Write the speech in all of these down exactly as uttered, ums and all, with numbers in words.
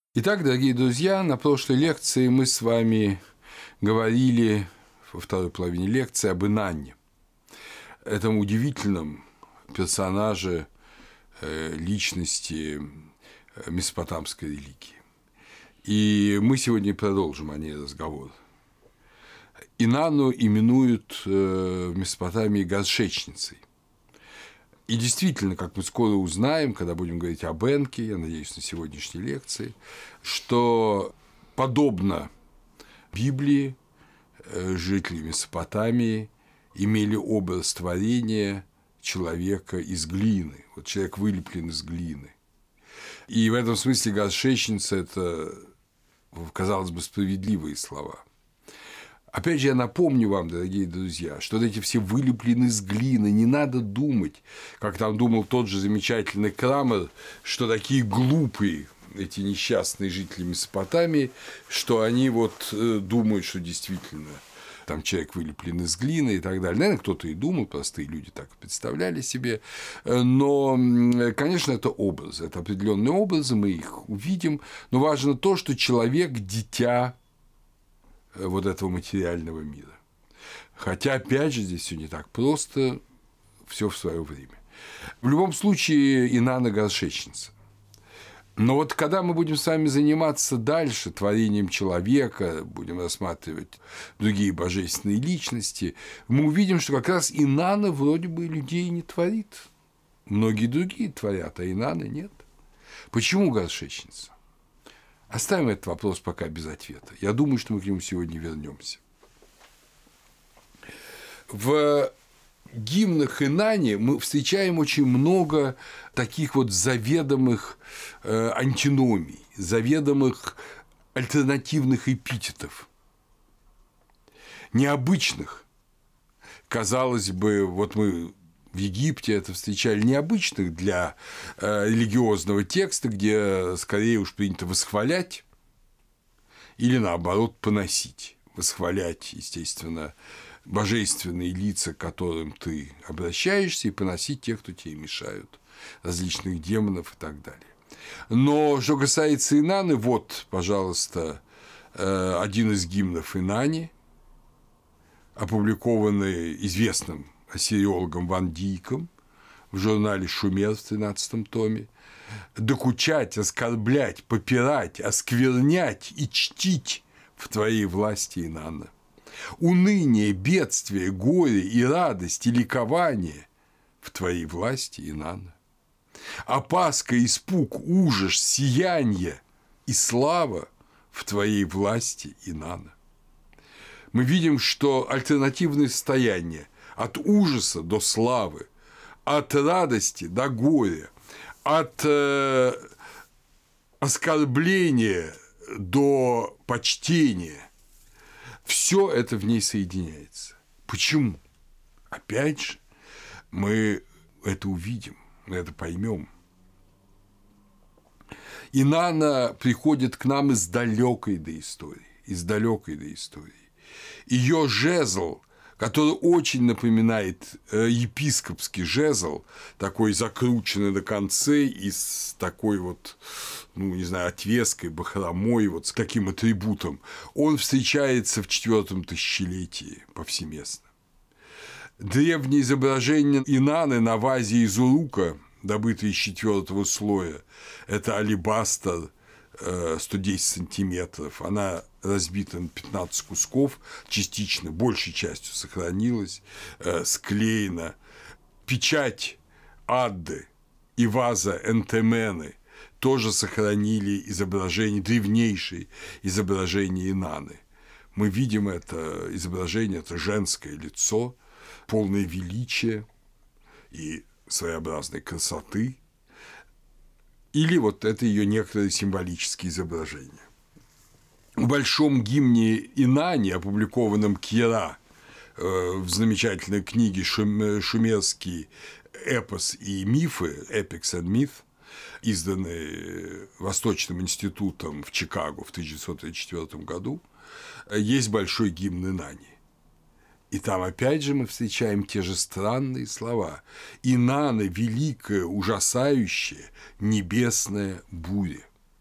Итак, дорогие друзья, на прошлой лекции мы с вами говорили, во второй половине лекции, об Инанне, этом удивительном персонаже личности месопотамской религии. И мы сегодня продолжим о ней разговор. Инанну именуют в Месопотамии горшечницей. И действительно, как мы скоро узнаем, когда будем говорить об Энке, я надеюсь, на сегодняшней лекции, что подобно Библии жители Месопотамии имели образ творения человека из глины. Вот человек вылеплен из глины. И в этом смысле горшечница – это, казалось бы, справедливые слова. Опять же, я напомню вам, дорогие друзья, что эти все вылеплены из глины, не надо думать, как там думал тот же замечательный Крамер, что такие глупые эти несчастные жители Месопотамии, что они вот думают, что действительно там человек вылеплен из глины и так далее. Наверное, кто-то и думал, простые люди так представляли себе, но, конечно, это образы, это определенные образы, мы их увидим, но важно то, что человек – дитя вот этого материального мира. Хотя, опять же, здесь все не так просто, все в свое время. В любом случае, Инанна горшечница. Но вот когда мы будем с вами заниматься дальше творением человека, будем рассматривать другие божественные личности, мы увидим, что как раз Инанна вроде бы людей не творит. Многие другие творят, а Инанна нет. Почему горшечница? Оставим этот вопрос пока без ответа. Я думаю, что мы к нему сегодня вернемся. В гимнах Инанне мы встречаем очень много таких вот заведомых э, антиномий, заведомых альтернативных эпитетов, необычных. Казалось бы, вот мы в Египте это встречали необычных для э, религиозного текста, где скорее уж принято восхвалять или, наоборот, поносить. Восхвалять, естественно, божественные лица, к которым ты обращаешься, и поносить тех, кто тебе мешают, различных демонов и так далее. Но что касается Инанны, вот, пожалуйста, э, один из гимнов Инанне, опубликованный известным ассириологом Ван Дийком в журнале «Шумер» в тринадцатом томе, докучать, оскорблять, попирать, осквернять и чтить в твоей власти, Инанна. Уныние, бедствие, горе и радость и ликование в твоей власти, Инанна. Опаска, испуг, ужас, сияние и слава в твоей власти, Инанна. Мы видим, что альтернативные состояния от ужаса до славы, от радости до горя, от э, оскорбления до почтения, все это в ней соединяется. Почему? Опять же, мы это увидим, мы это поймем. Инанна приходит к нам из далекой доистории, из далекой доистории. Ее жезл, который очень напоминает епископский жезл, такой закрученный на конце и с такой вот, ну, не знаю, отвеской, бахромой, вот с таким атрибутом, он встречается в четвертом тысячелетии повсеместно. Древние изображения Инанны на вазе из урука, добытые из четвертого слоя, это алебастр, сто десять сантиметров, она разбита на пятнадцать кусков, частично, большей частью сохранилась, э, склеена. Печать Адды и ваза Энтемены тоже сохранили изображение, древнейшее изображение Инанны. Мы видим это изображение, это женское лицо, полное величия и своеобразной красоты. Или вот это ее некоторые символические изображения. В большом гимне Инанне, опубликованном Кьяра в замечательной книге «Шумерский эпос и мифы» «Epics and Myth», изданной Восточным институтом в Чикаго в тысяча девятьсот тридцать четвёртом году, есть большой гимн Инанне. И там опять же мы встречаем те же странные слова. Инанна – великая, ужасающая, небесная буря.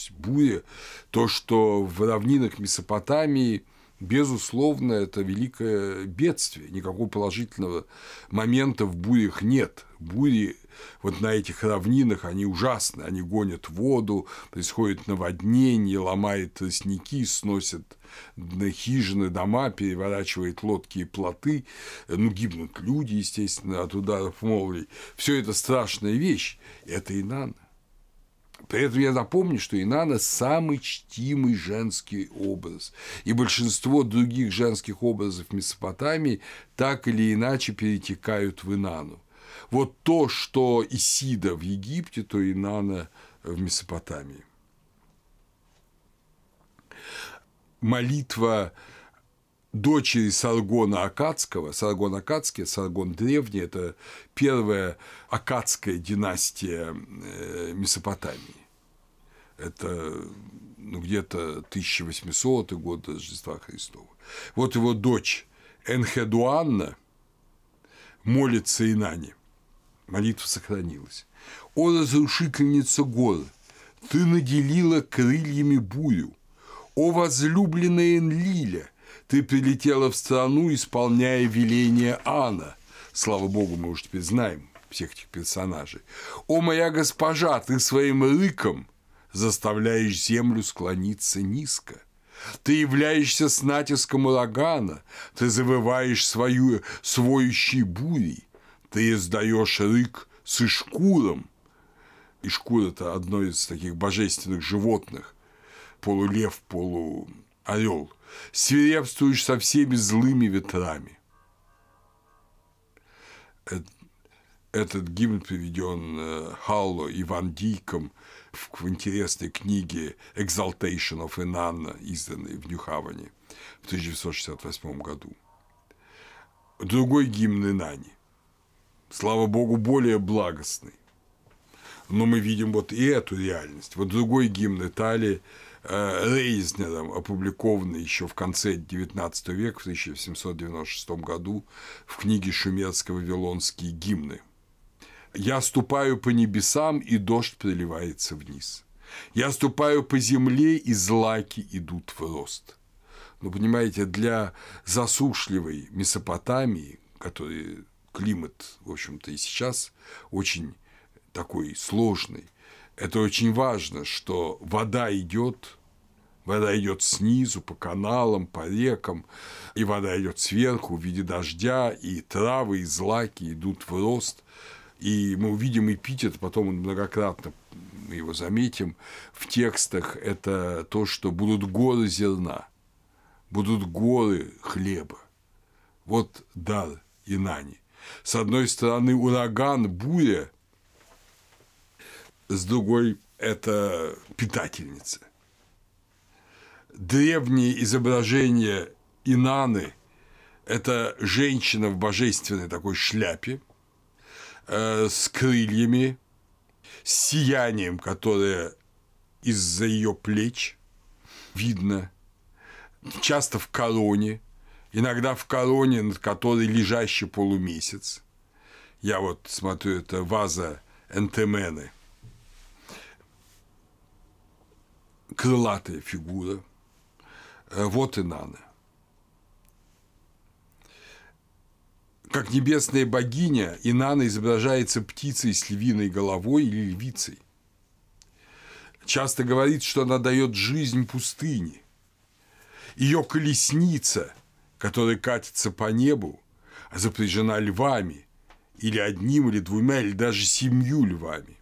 есть буря, то, что в равнинах Месопотамии, безусловно, это великое бедствие. Никакого положительного момента в бурях нет. Бури вот на этих равнинах, они ужасны. Они гонят воду, происходит наводнение, ломает тростники, сносят хижины, дома, переворачивает лодки и плоты. Ну, гибнут люди, естественно, от ударов молний. Все это страшная вещь. Это Инанна. При этом я напомню, что Инанна – самый чтимый женский образ. И большинство других женских образов Месопотамии так или иначе перетекают в Инанну. Вот то, что Исида в Египте, то Инанна в Месопотамии. Молитва дочери Саргона Аккадского, Саргон Аккадский, Саргон Древний – это первая аккадская династия Месопотамии. Это ну, где-то тысяча восьмисотый год до Рождества Христова. Вот его дочь Энхедуанна молится Инанне. Молитва сохранилась. «О, разрушительница гор, ты наделила крыльями бурю. О, возлюбленная Энлиля, ты прилетела в страну, исполняя веление Ана». Слава Богу, мы уже теперь знаем всех этих персонажей. «О, моя госпожа, ты своим рыком заставляешь землю склониться низко. Ты являешься с натиском урагана, ты завываешь свою своющей бурей, ты издаешь рык с ишкуром». Ишкур – это одно из таких божественных животных, полулев, полуорел. «Свирепствуешь со всеми злыми ветрами». Этот гимн приведен Халло и Ван Дийком в интересной книге «Exaltation of Inanna», изданной в Нью-Хавене в тысяча девятьсот шестьдесят восьмом году. Другой гимн Инанне, слава Богу, более благостный. Но мы видим вот и эту реальность. Вот другой гимн Италии Рейзнером, опубликованный еще в конце девятнадцатого века, в тысяча семьсот девяносто шестом году, в книге «Шумерско-вавилонские гимны». «Я ступаю по небесам, и дождь приливается вниз. Я ступаю по земле, и злаки идут в рост». Ну, понимаете, для засушливой Месопотамии, который климат, в общем-то, и сейчас очень такой сложный, это очень важно, что вода идет, вода идет снизу, по каналам, по рекам, и вода идет сверху в виде дождя, и травы, и злаки идут в рост. И мы увидим эпитет, потом он многократно, мы его заметим, в текстах, это то, что будут горы зерна, будут горы хлеба. Вот дар Инанне. С одной стороны, ураган, буря, с другой – это питательница. Древние изображения Инанны – это женщина в божественной такой шляпе, э, с крыльями, с сиянием, которое из-за ее плеч видно, часто в короне, иногда в короне, над которой лежащий полумесяц. Я вот смотрю, это ваза Энтемены. Крылатая фигура. Вот Инанна. Как небесная богиня, Инанна изображается птицей с львиной головой или львицей. Часто говорит, что она дает жизнь пустыне. Ее колесница, которая катится по небу, запряжена львами, или одним, или двумя, или даже семью львами.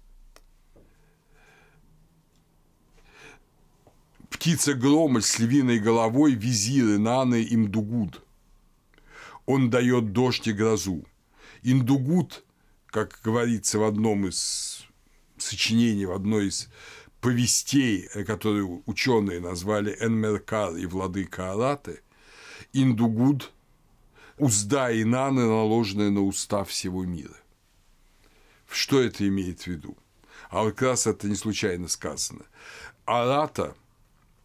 Птица-громоль с львиной головой – визир Инанны Имдугуд. Он дает дождь и грозу. Индугуд, как говорится в одном из сочинений, в одной из повестей, которые ученые назвали Энмеркар и Владыка Араты, Индугуд – узда Инанны, наложенная на уста всего мира. Что это имеет в виду? А вот как раз это не случайно сказано. Арата –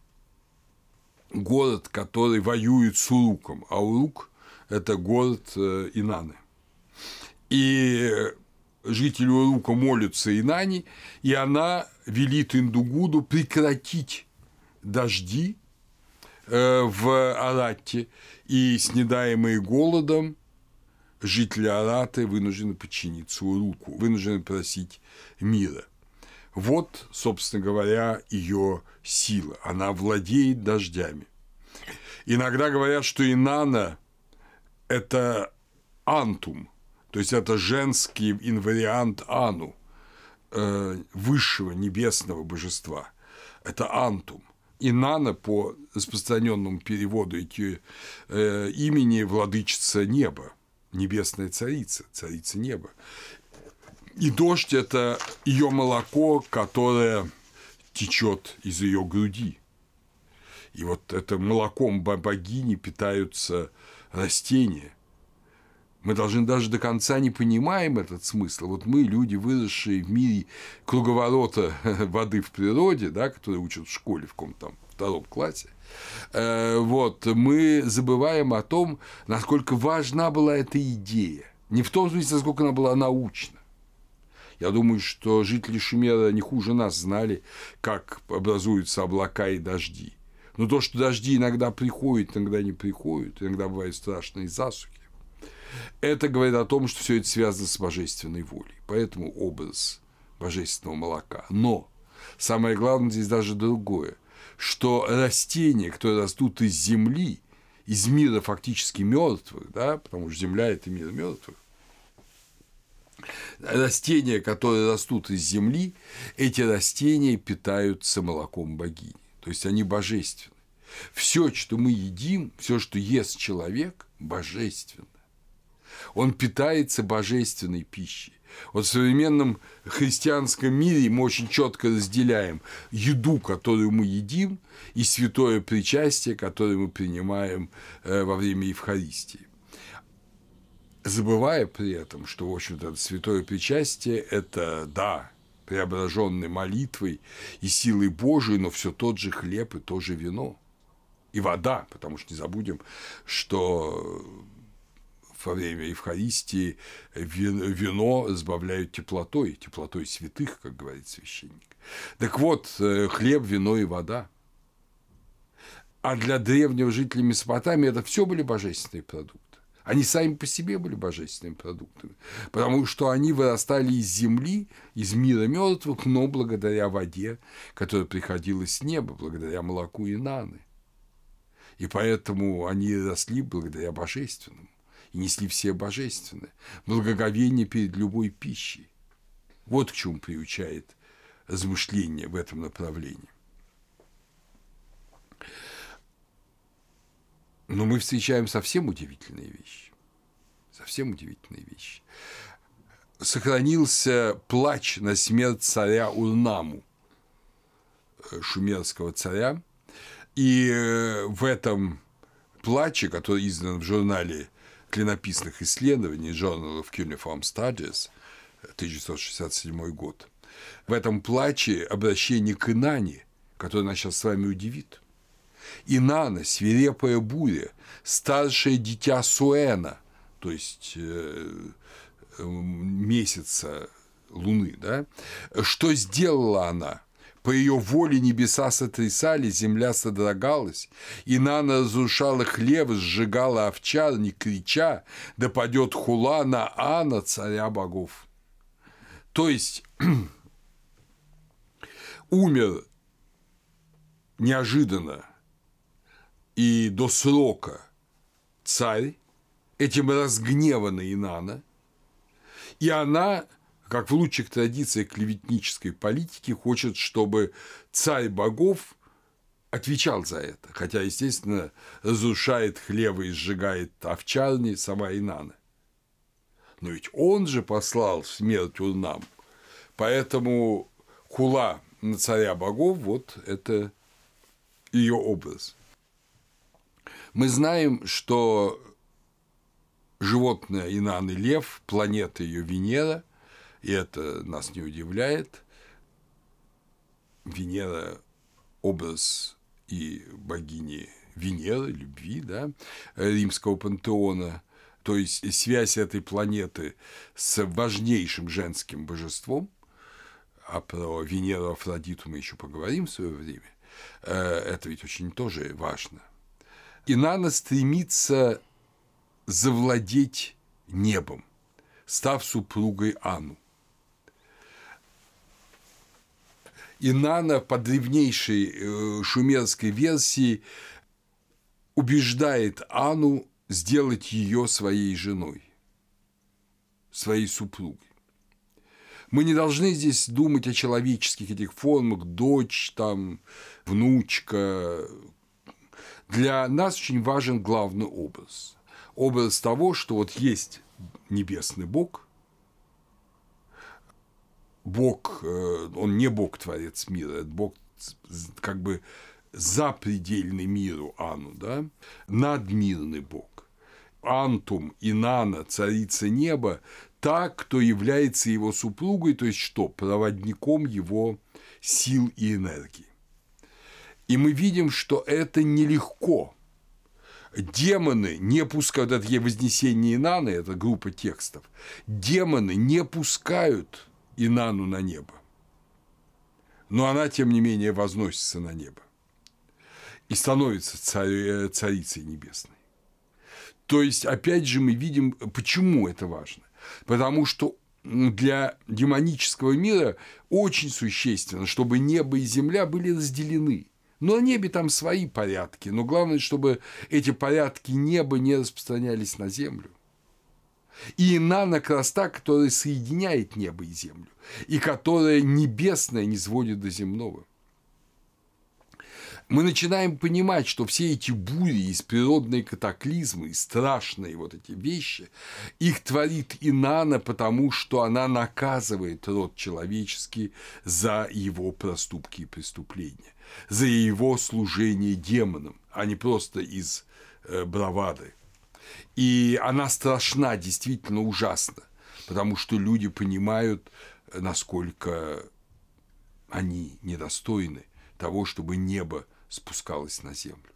город, который воюет с Уруком, а Урук – это город Инанны. И жители Урука молятся Инанне, и она велит Индугуду прекратить дожди в Аратте, и снедаемые голодом жители Араты вынуждены подчиниться Уруку, вынуждены просить мира. Вот, собственно говоря, ее сила. Она владеет дождями. Иногда говорят, что Инанна – это антум, то есть это женский инвариант Ану, высшего небесного божества. Это антум. Инанна по распространенному переводу имени владычица неба, небесная царица, царица неба. И дождь – это ее молоко, которое течет из ее груди. И вот это молоком богини питаются растения. Мы должны даже до конца не понимаем этот смысл. Вот мы, люди, выросшие в мире круговорота воды в природе, да, которые учат в школе в каком-то там втором классе, э, вот, мы забываем о том, насколько важна была эта идея. Не в том смысле, насколько она была научна. Я думаю, что жители Шумера не хуже нас знали, как образуются облака и дожди. Но то, что дожди иногда приходят, иногда не приходят, иногда бывают страшные засухи, это говорит о том, что все это связано с божественной волей. Поэтому образ божественного молока. Но самое главное здесь даже другое, что растения, которые растут из земли, из мира фактически мертвых, да, потому что земля – это мир мертвых, растения, которые растут из земли, эти растения питаются молоком богини. То есть они божественны. Все, что мы едим, все, что ест человек, божественно. Он питается божественной пищей. Вот в современном христианском мире мы очень четко разделяем еду, которую мы едим, и святое причастие, которое мы принимаем во время Евхаристии. Забывая при этом, что, в общем-то, это святое причастие – это, да, преображенный молитвой и силой Божией, но все тот же хлеб и то же вино. И вода, потому что не забудем, что во время Евхаристии вино разбавляют теплотой, теплотой святых, как говорит священник. Так вот, хлеб, вино и вода. А для древнего жителя Месопотамии это все были божественные продукты. Они сами по себе были божественными продуктами, потому что они вырастали из земли, из мира мертвых, но благодаря воде, которая приходила с неба, благодаря молоку Инанны. И поэтому они росли благодаря божественному и несли все божественное, благоговение перед любой пищей. Вот к чему приучает размышление в этом направлении. Но мы встречаем совсем удивительные вещи. Совсем удивительные вещи. Сохранился плач на смерть царя Урнаму, шумерского царя. И в этом плаче, который издан в журнале клинописных исследований Journal of Cuneiform Studies, тысяча девятьсот шестьдесят седьмой год, в этом плаче обращение к Инанне, которое нас сейчас с вами удивит. Инанна, свирепая буря, старшее дитя Суэна, то есть э, месяца Луны, да? Что сделала она? По ее воле небеса сотрясали, земля содрогалась, Инанна разрушала хлев, сжигала овчар, не крича, да падет хула на Ана, царя богов. То есть умер неожиданно и до срока царь, этим разгневанный Инанна, и она, как в лучших традициях клеветнической политики, хочет, чтобы царь богов отвечал за это, хотя, естественно, разрушает хлевы и сжигает овчарни сама Инанна. Но ведь он же послал в смерть Урнаму, поэтому хула на царя богов – вот это ее образ. Мы знаем, что животное Инанны – лев, планета ее Венера, и это нас не удивляет. Венера – образ и богини Венеры, любви, да, римского пантеона, то есть связь этой планеты с важнейшим женским божеством, а про Венеру Афродиту мы еще поговорим в свое время, это ведь очень тоже важно. Инанна стремится завладеть небом, став супругой Ану. Инанна по древнейшей шумерской версии убеждает Ану сделать ее своей женой, своей супругой. Мы не должны здесь думать о человеческих этих формах, дочь, там, внучка. Для нас очень важен главный образ. Образ того, что вот есть небесный Бог, Бог, он не Бог-творец мира, это Бог как бы запредельный миру Ану, да, надмирный Бог. Антум, Инанна, царица неба, та, кто является его супругой, то есть что? Проводником его сил и энергии. И мы видим, что это нелегко. Демоны не пускают, это вознесение Инанны, это группа текстов, демоны не пускают Инанну на небо, но она, тем не менее, возносится на небо и становится царь, царицей небесной. То есть, опять же, мы видим, почему это важно. Потому что для демонического мира очень существенно, чтобы небо и земля были разделены. Но на небе там свои порядки, но главное, чтобы эти порядки неба не распространялись на землю. И Инанна как раз та, которая соединяет небо и землю, и которая небесное не сводит до земного. Мы начинаем понимать, что все эти бури, и природные катаклизмы, и страшные вот эти вещи, их творит Инанна, потому что она наказывает род человеческий за его проступки и преступления, за его служение демонам, а не просто из э, бравады. И она страшна, действительно ужасна, потому что люди понимают, насколько они недостойны того, чтобы небо спускалось на землю.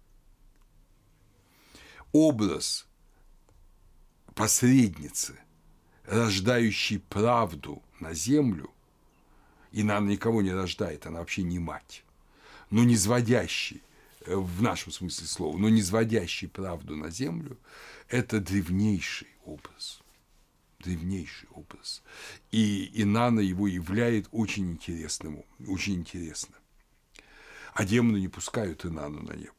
Образ посредницы, рождающей правду на землю, и она никого не рождает, она вообще не мать, но низводящий, в нашем смысле слова, но низводящий правду на землю, это древнейший образ. Древнейший образ. И Инанна его являет очень интересным, очень интересно. А демоны не пускают Инанну на небо.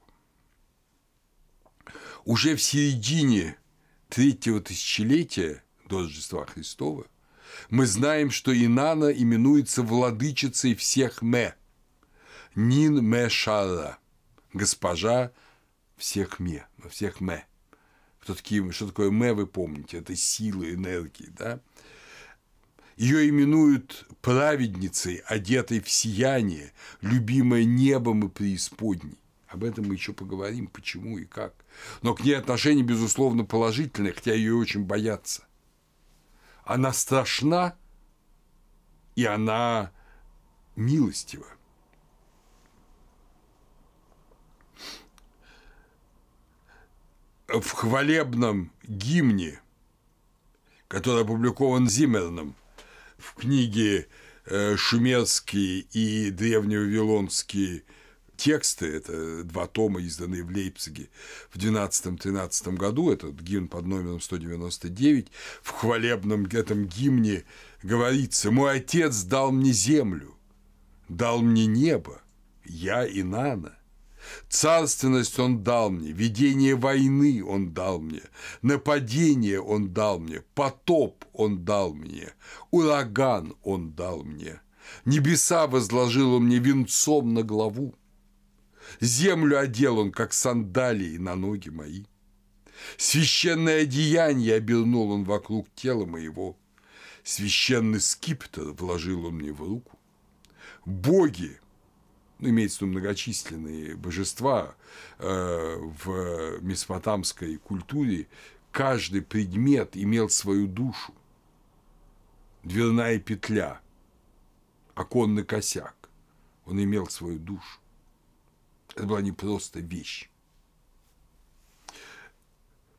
Уже в середине третьего тысячелетия до Рождества Христова мы знаем, что Инанна именуется владычицей всех Ме, Нин Ме Шара, госпожа всех Ме, всех Ме. Кто такие, что такое Ме, вы помните, это силы, энергии, да? Ее именуют праведницей, одетой в сияние, любимой небом и преисподней. Об этом мы еще поговорим, почему и как. Но к ней отношение, безусловно, положительное, хотя ее очень боятся. Она страшна, и она милостива. В хвалебном гимне, который опубликован Зиммерном в книге «Шумерские и древневавилонские тексты», это два тома, изданные в Лейпциге в двенадцатом-тринадцатом году, этот гимн под номером сто девяносто девять, в хвалебном этом гимне говорится: «Мой отец дал мне землю, дал мне небо, я Инанна. Царственность он дал мне, ведение войны он дал мне, нападение он дал мне, потоп он дал мне, ураган он дал мне, небеса возложил он мне венцом на главу, землю одел он, как сандалии, на ноги мои, священное одеяние обернул он вокруг тела моего, священный скипетр вложил он мне в руку, боги». Ну, имеется в виду многочисленные божества э, в месопотамской культуре, каждый предмет имел свою душу. Дверная петля, оконный косяк, он имел свою душу. Это была не просто вещь.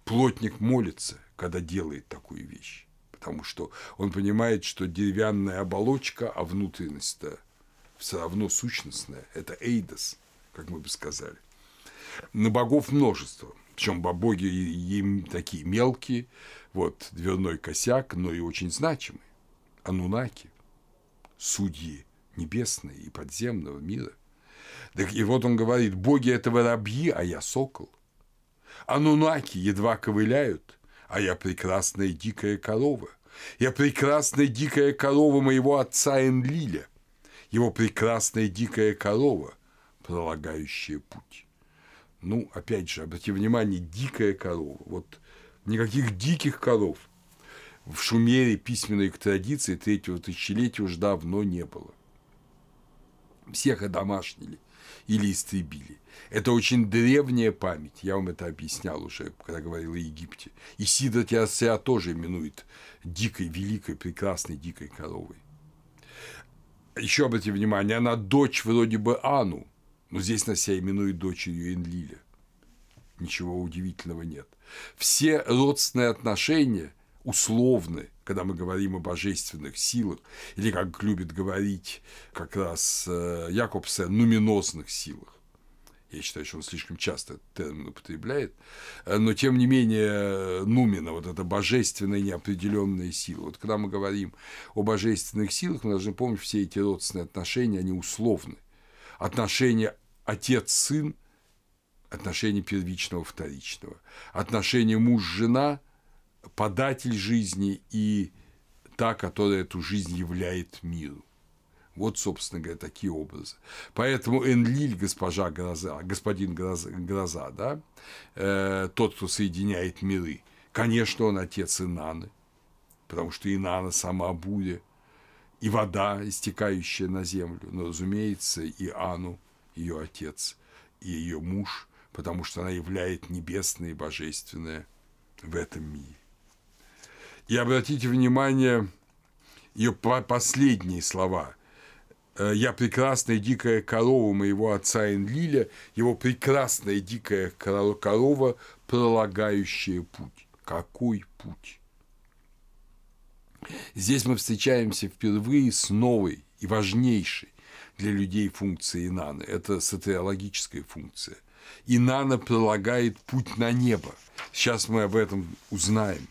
плотник молится, когда делает такую вещь, потому что он понимает, что деревянная оболочка, а внутренность-то все равно сущностная. Это эйдос, как мы бы сказали. На богов множество. Причем боги им такие мелкие, вот, дверной косяк, но и очень значимые. Анунаки, судьи небесные и подземного мира. Так и вот он говорит: боги – это воробьи, а я сокол. Анунаки едва ковыляют, а я прекрасная дикая корова. Я прекрасная дикая корова моего отца Энлиля. Его прекрасная дикая корова, пролагающая путь. Ну, опять же, обратите внимание, дикая корова. Вот никаких диких коров в Шумере письменной традиции третьего тысячелетия уже давно не было. Всех одомашнили или истребили. Это очень древняя память. Я вам это объяснял уже, когда говорил о Египте. И Сидра себя тоже именует дикой, великой, прекрасной дикой коровой. Еще обратите внимание, она дочь вроде бы Ану, но здесь она себя именует дочерью Энлиля. Ничего удивительного нет. Все родственные отношения условны, когда мы говорим о божественных силах, или, как любит говорить как раз Якобсен, нуминозных силах. Я считаю, что он слишком часто этот термин употребляет, но, тем не менее, нумина, вот эта божественная неопределенная сила. Вот когда мы говорим о божественных силах, мы должны помнить, все эти родственные отношения, они условны. Отношения отец-сын, отношения первичного-вторичного, отношения муж-жена, податель жизни и та, которая эту жизнь являет миру. Вот, собственно говоря, такие образы. Поэтому Энлиль, госпожа Гроза, господин Гроза, Гроза да, э, тот, кто соединяет миры, конечно, он отец Инанны, потому что Инанна сама буря, и вода, истекающая на землю, но, разумеется, и Ану, ее отец, и ее муж, потому что она являет небесное и божественное в этом мире. И обратите внимание, ее последние слова: «Я прекрасная дикая корова моего отца Энлиля, его прекрасная дикая корова, пролагающая путь». Какой путь? Здесь мы встречаемся впервые с новой и важнейшей для людей функцией Инанны. Это сатериологическая функция. Инанна пролагает путь на небо. Сейчас мы об этом узнаем.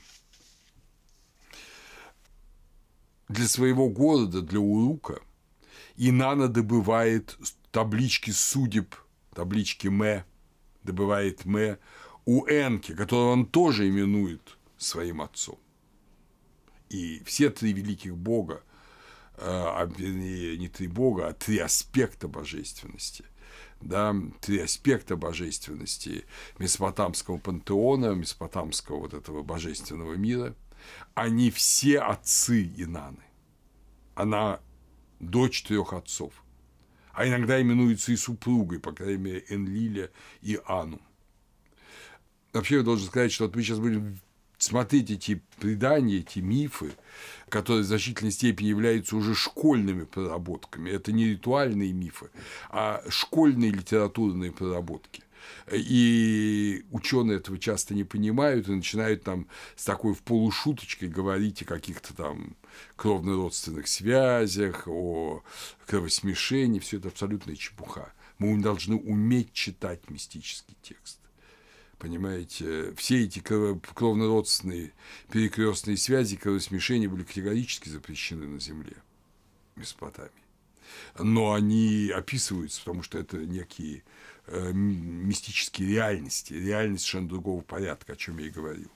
Для своего города, для Урука, Инанна добывает таблички судеб, таблички Мэ, добывает Мэ у Энки, которого он тоже именует своим отцом. И все три великих бога, а вернее, не три бога, а три аспекта божественности, да, три аспекта божественности месопотамского пантеона, месопотамского вот этого божественного мира, они все отцы Инанны. Она дочь трех отцов, а иногда именуется и супругой, по крайней мере, Энлиля и Ану. Вообще, я должен сказать, что вот мы сейчас будем смотреть эти предания, эти мифы, которые в значительной степени являются уже школьными проработками. Это не ритуальные мифы, а школьные литературные проработки. И ученые этого часто не понимают и начинают там с такой в полушуточкой говорить о каких-то там кровно-родственных связях, о кровосмешении. Все это абсолютная чепуха. Мы должны уметь читать мистический текст. Понимаете, все эти кровно-родственные перекрестные связи, кровосмешения были категорически запрещены на земле Месопотамии. Но они описываются, потому что это некие э, мистические реальности, реальность совершенно другого порядка, о чем я и говорил.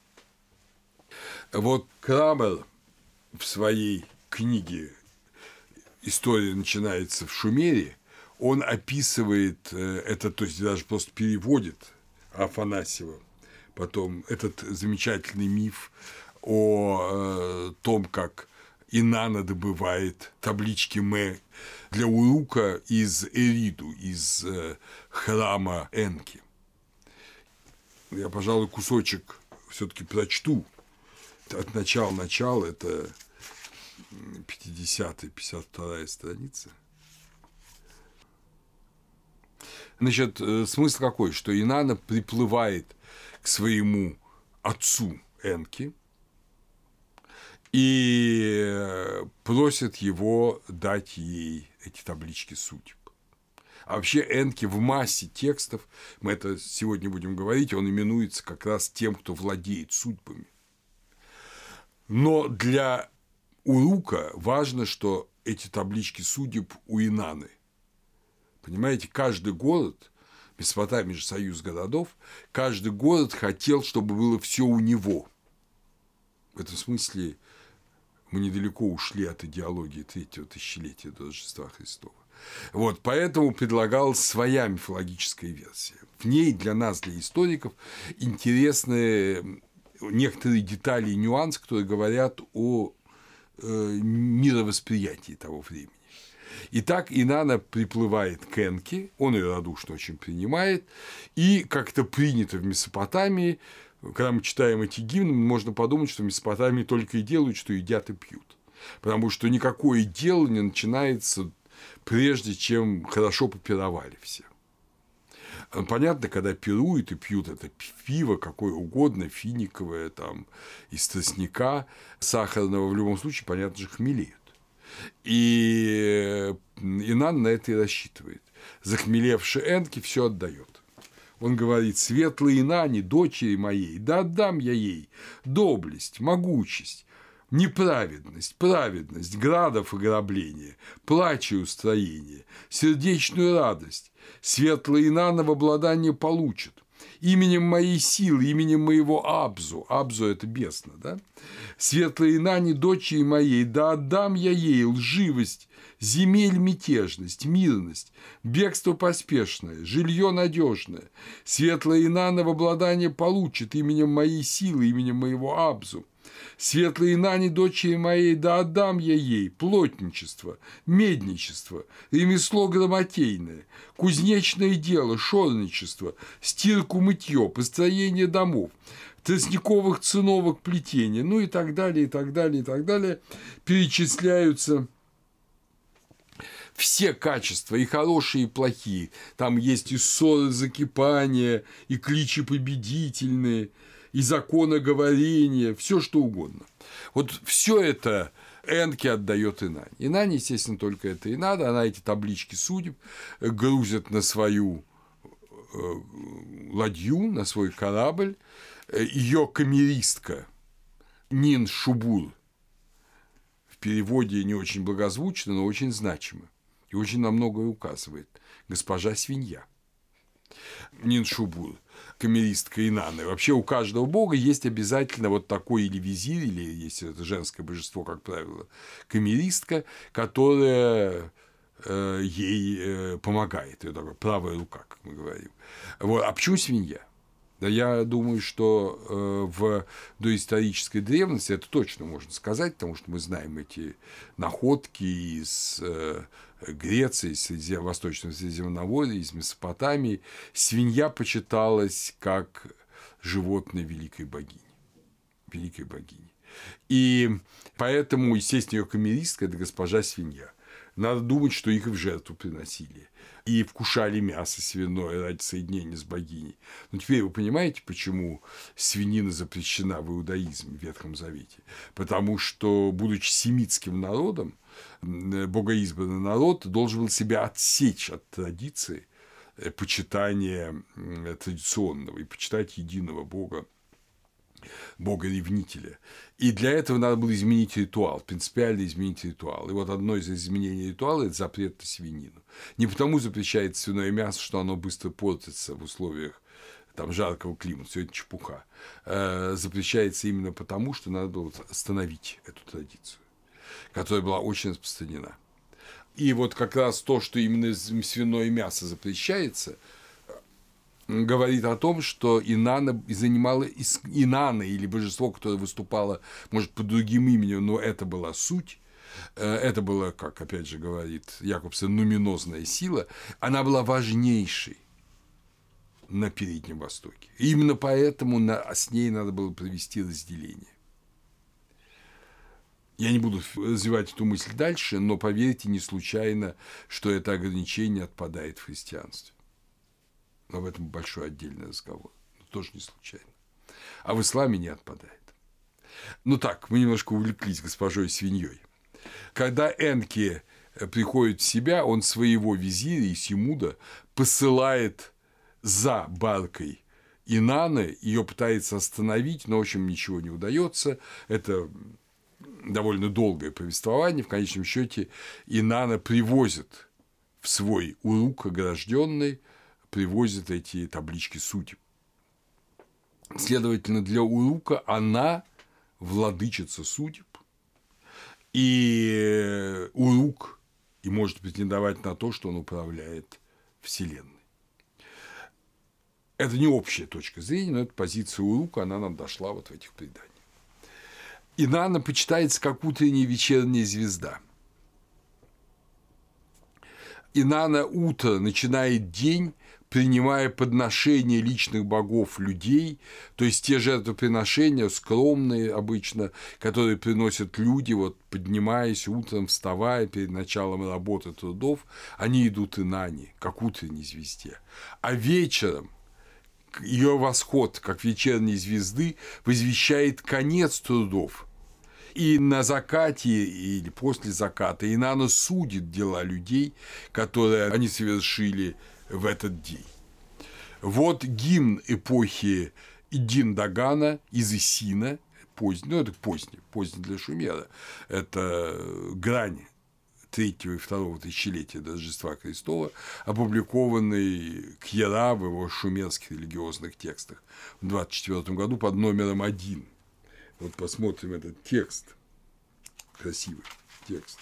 Вот Крамер в своей книге «История начинается в Шумере», он описывает это, то есть даже просто переводит Афанасьева потом этот замечательный миф о э, том, как Инанна добывает таблички Мэ для Урука из Эриду, из э, храма Энки. Я, пожалуй, кусочек все-таки прочту от начала-начала, это пятидесятая — пятьдесят вторая страница. Значит, смысл какой? Что Инанна приплывает к своему отцу Энки и просят его дать ей эти таблички судеб. А вообще Энки в массе текстов, мы это сегодня будем говорить, он именуется как раз тем, кто владеет судьбами. Но для Урука важно, что эти таблички судеб у Инанны. Понимаете, каждый город, Месопотамия же союз городов, каждый город хотел, чтобы было все у него. В этом смысле мы недалеко ушли от идеологии третьего тысячелетия до Рождества Христова. Вот, поэтому предлагалась своя мифологическая версия. В ней для нас, для историков, интересны некоторые детали и нюансы, которые говорят о э, мировосприятии того времени. Итак, Инанна приплывает к Энке, он ее радушно очень принимает, и как-то принято в Месопотамии, когда мы читаем эти гимны, можно подумать, что в Месопотамии только и делают, что едят и пьют, потому что никакое дело не начинается прежде, чем хорошо попировали все. Понятно, когда пируют и пьют это пиво, какое угодно, финиковое, там, из тростника, сахарного, в любом случае, понятно же, хмелеют. И Инанна на это и рассчитывает. Захмелевший Энке все отдает. Он говорит: светлой Инанне, дочери моей, да отдам я ей доблесть, могучесть, неправедность, праведность, градов ограбление, плач и устроение, сердечную радость, светлая Инанна в обладание получит. Именем моей силы, именем моего Абзу, Абзу – это бездна, да? Светлой Инанне, дочери моей, да отдам я ей лживость, земель мятежность, мирность, бегство поспешное, жилье надежное. Светлая Инанна в обладание получит именем моей силы, именем моего Абзу. Светлой Инанне, дочери моей, да отдам я ей плотничество, медничество, ремесло грамотейное, кузнечное дело, шорничество, стирку, мытье, построение домов, тростниковых циновок плетения, ну и так далее, и так далее, и так далее, перечисляются все качества, и хорошие, и плохие. Там есть и ссоры, закипания, и кличи победительные, и законоговорение, все что угодно. Вот все это Энке отдает Инанне. Инанне, естественно, только это и надо. Она эти таблички судеб грузит на свою ладью, на свой корабль. Ее камеристка Нин Шубур в переводе не очень благозвучно, но очень значимо и очень на многое указывает. Госпожа свинья. Нин Шубур, камеристка Инанны. Вообще у каждого бога есть обязательно вот такой или визирь, или если это женское божество, как правило, камеристка, которая э, ей э, помогает. Это такая правая рука, как мы говорим. Вот. А почему свинья? Да я думаю, что э, в доисторической древности это точно можно сказать, потому что мы знаем эти находки из э, Греции, из Восточного Средиземноморья, из Месопотамии. Свинья почиталась как животное великой богини. Великой богини. И поэтому, естественно, ее камеристка – это госпожа свинья. Надо думать, что их в жертву приносили. И вкушали мясо свиное ради соединения с богиней. Но теперь вы понимаете, почему свинина запрещена в иудаизме, в Ветхом Завете? Потому что, будучи семитским народом, богоизбранный народ должен был себя отсечь от традиции почитания традиционного и почитать единого Бога, Бога-ревнителя. И для этого надо было изменить ритуал, принципиально изменить ритуал. И вот одно из изменений ритуала – это запрет на свинину. Не потому запрещается свиное мясо, что оно быстро портится в условиях там, жаркого климата, все это чепуха. Запрещается именно потому, что надо было остановить эту традицию, которая была очень распространена. И вот как раз то, что именно свиное мясо запрещается, говорит о том, что Инанна занимала Инанна или божество, которое выступало, может, под другим именем, но это была суть, это была, как опять же говорит Якобсон, нуминозная сила, она была важнейшей на Переднем Востоке. И именно поэтому на, с ней надо было провести разделение. Я не буду развивать эту мысль дальше, но поверьте, не случайно, что это ограничение отпадает в христианстве. Но об этом большой отдельный разговор. Но тоже не случайно. а в исламе не отпадает. Ну так, мы немножко увлеклись госпожой свиньей. Когда Энки приходит в себя, он своего визиря Исимуда посылает за баркой Инанны, ее пытается остановить, но, в общем, ничего не удается. Это довольно долгое повествование. В конечном счете Инанна привозит в свой урук огражденный, привозит эти таблички судеб. Следовательно, для урука она владычица судеб, и урук и может претендовать на то, что он управляет Вселенной. Это не общая точка зрения, но это позиция урука, она нам дошла вот в этих преданиях. Инанна почитается как утренняя и вечерняя звезда. Инанна утро начинает день, принимая подношения личных богов людей, то есть те жертвоприношения, скромные обычно, которые приносят люди, вот, поднимаясь утром, вставая перед началом работы трудов, они идут Инанне, как утренней звезде. А вечером ее восход, как вечерней звезды, возвещает конец трудов. И на закате или после заката Инанна судит дела людей, которые они совершили в этот день. Вот гимн эпохи Идин-Дагана из Исина, поздний, ну это поздний, поздний для Шумера, это грань третьего и второго тысячелетия до Рождества Христова, опубликованный Кьяра в его шумерских религиозных текстах в двадцать четвёртом году под номером один. Вот посмотрим этот текст, красивый текст.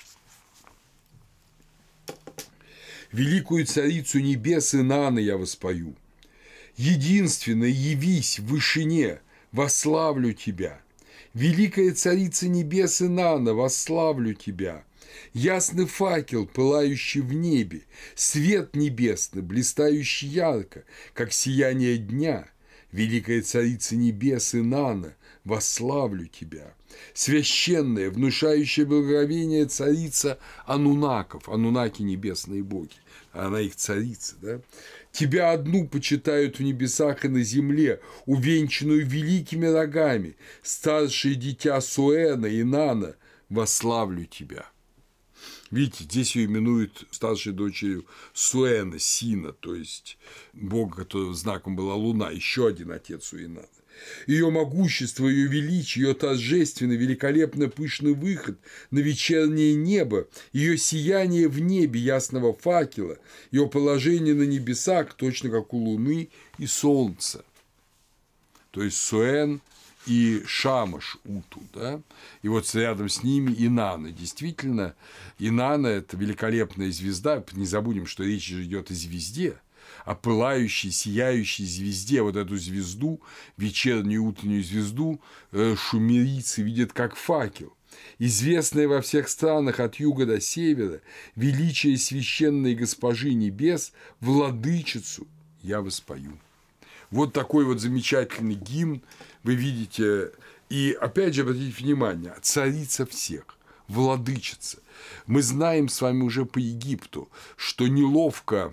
«Великую царицу небес Инанны я воспою, единственная явись в вышине, восславлю тебя. Великая царица небес Инанна, восславлю тебя. Ясный факел, пылающий в небе, свет небесный, блистающий ярко, как сияние дня. Великая царица небес Инанна, восславлю тебя. Священная, внушающая благоговение царица Анунаков, Анунаки – небесные боги, она их царица, да? Тебя одну почитают в небесах и на земле, увенчанную великими рогами, старшее дитя Суэна, Инанна, восславлю тебя». Видите, здесь ее именуют старшей дочерью Суэна, Сина, то есть бога, которого знаком была луна, еще один отец у Инанны. Ее могущество, ее величие, ее торжественный, великолепно пышный выход на вечернее небо, ее сияние в небе ясного факела, ее положение на небесах, точно как у луны и солнца. То есть Суэн и Шамаш Уту, да? И вот рядом с ними Инанна. Действительно, Инанна – это великолепная звезда. Не забудем, что речь же идет о звезде, о пылающей, сияющей звезде. Вот эту звезду, вечернюю утреннюю звезду, шумерийцы видят как факел. Известная во всех странах от юга до севера, величие священной госпожи небес, владычицу я воспою. Вот такой вот замечательный гимн вы видите. И опять же, обратите внимание, царица всех, владычица. Мы знаем с вами уже по Египту, что неловко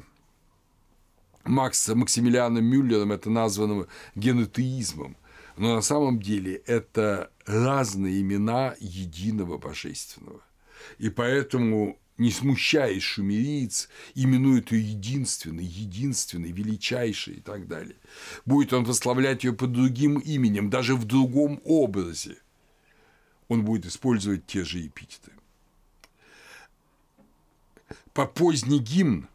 Макса Максимилианом Мюллером это названо генотеизмом, но на самом деле это разные имена единого божественного. И поэтому, не смущаясь, шумериец именует ее единственной, единственной, величайшей и так далее. Будет он прославлять ее под другим именем, даже в другом образе, он будет использовать те же эпитеты. По поздний гимн,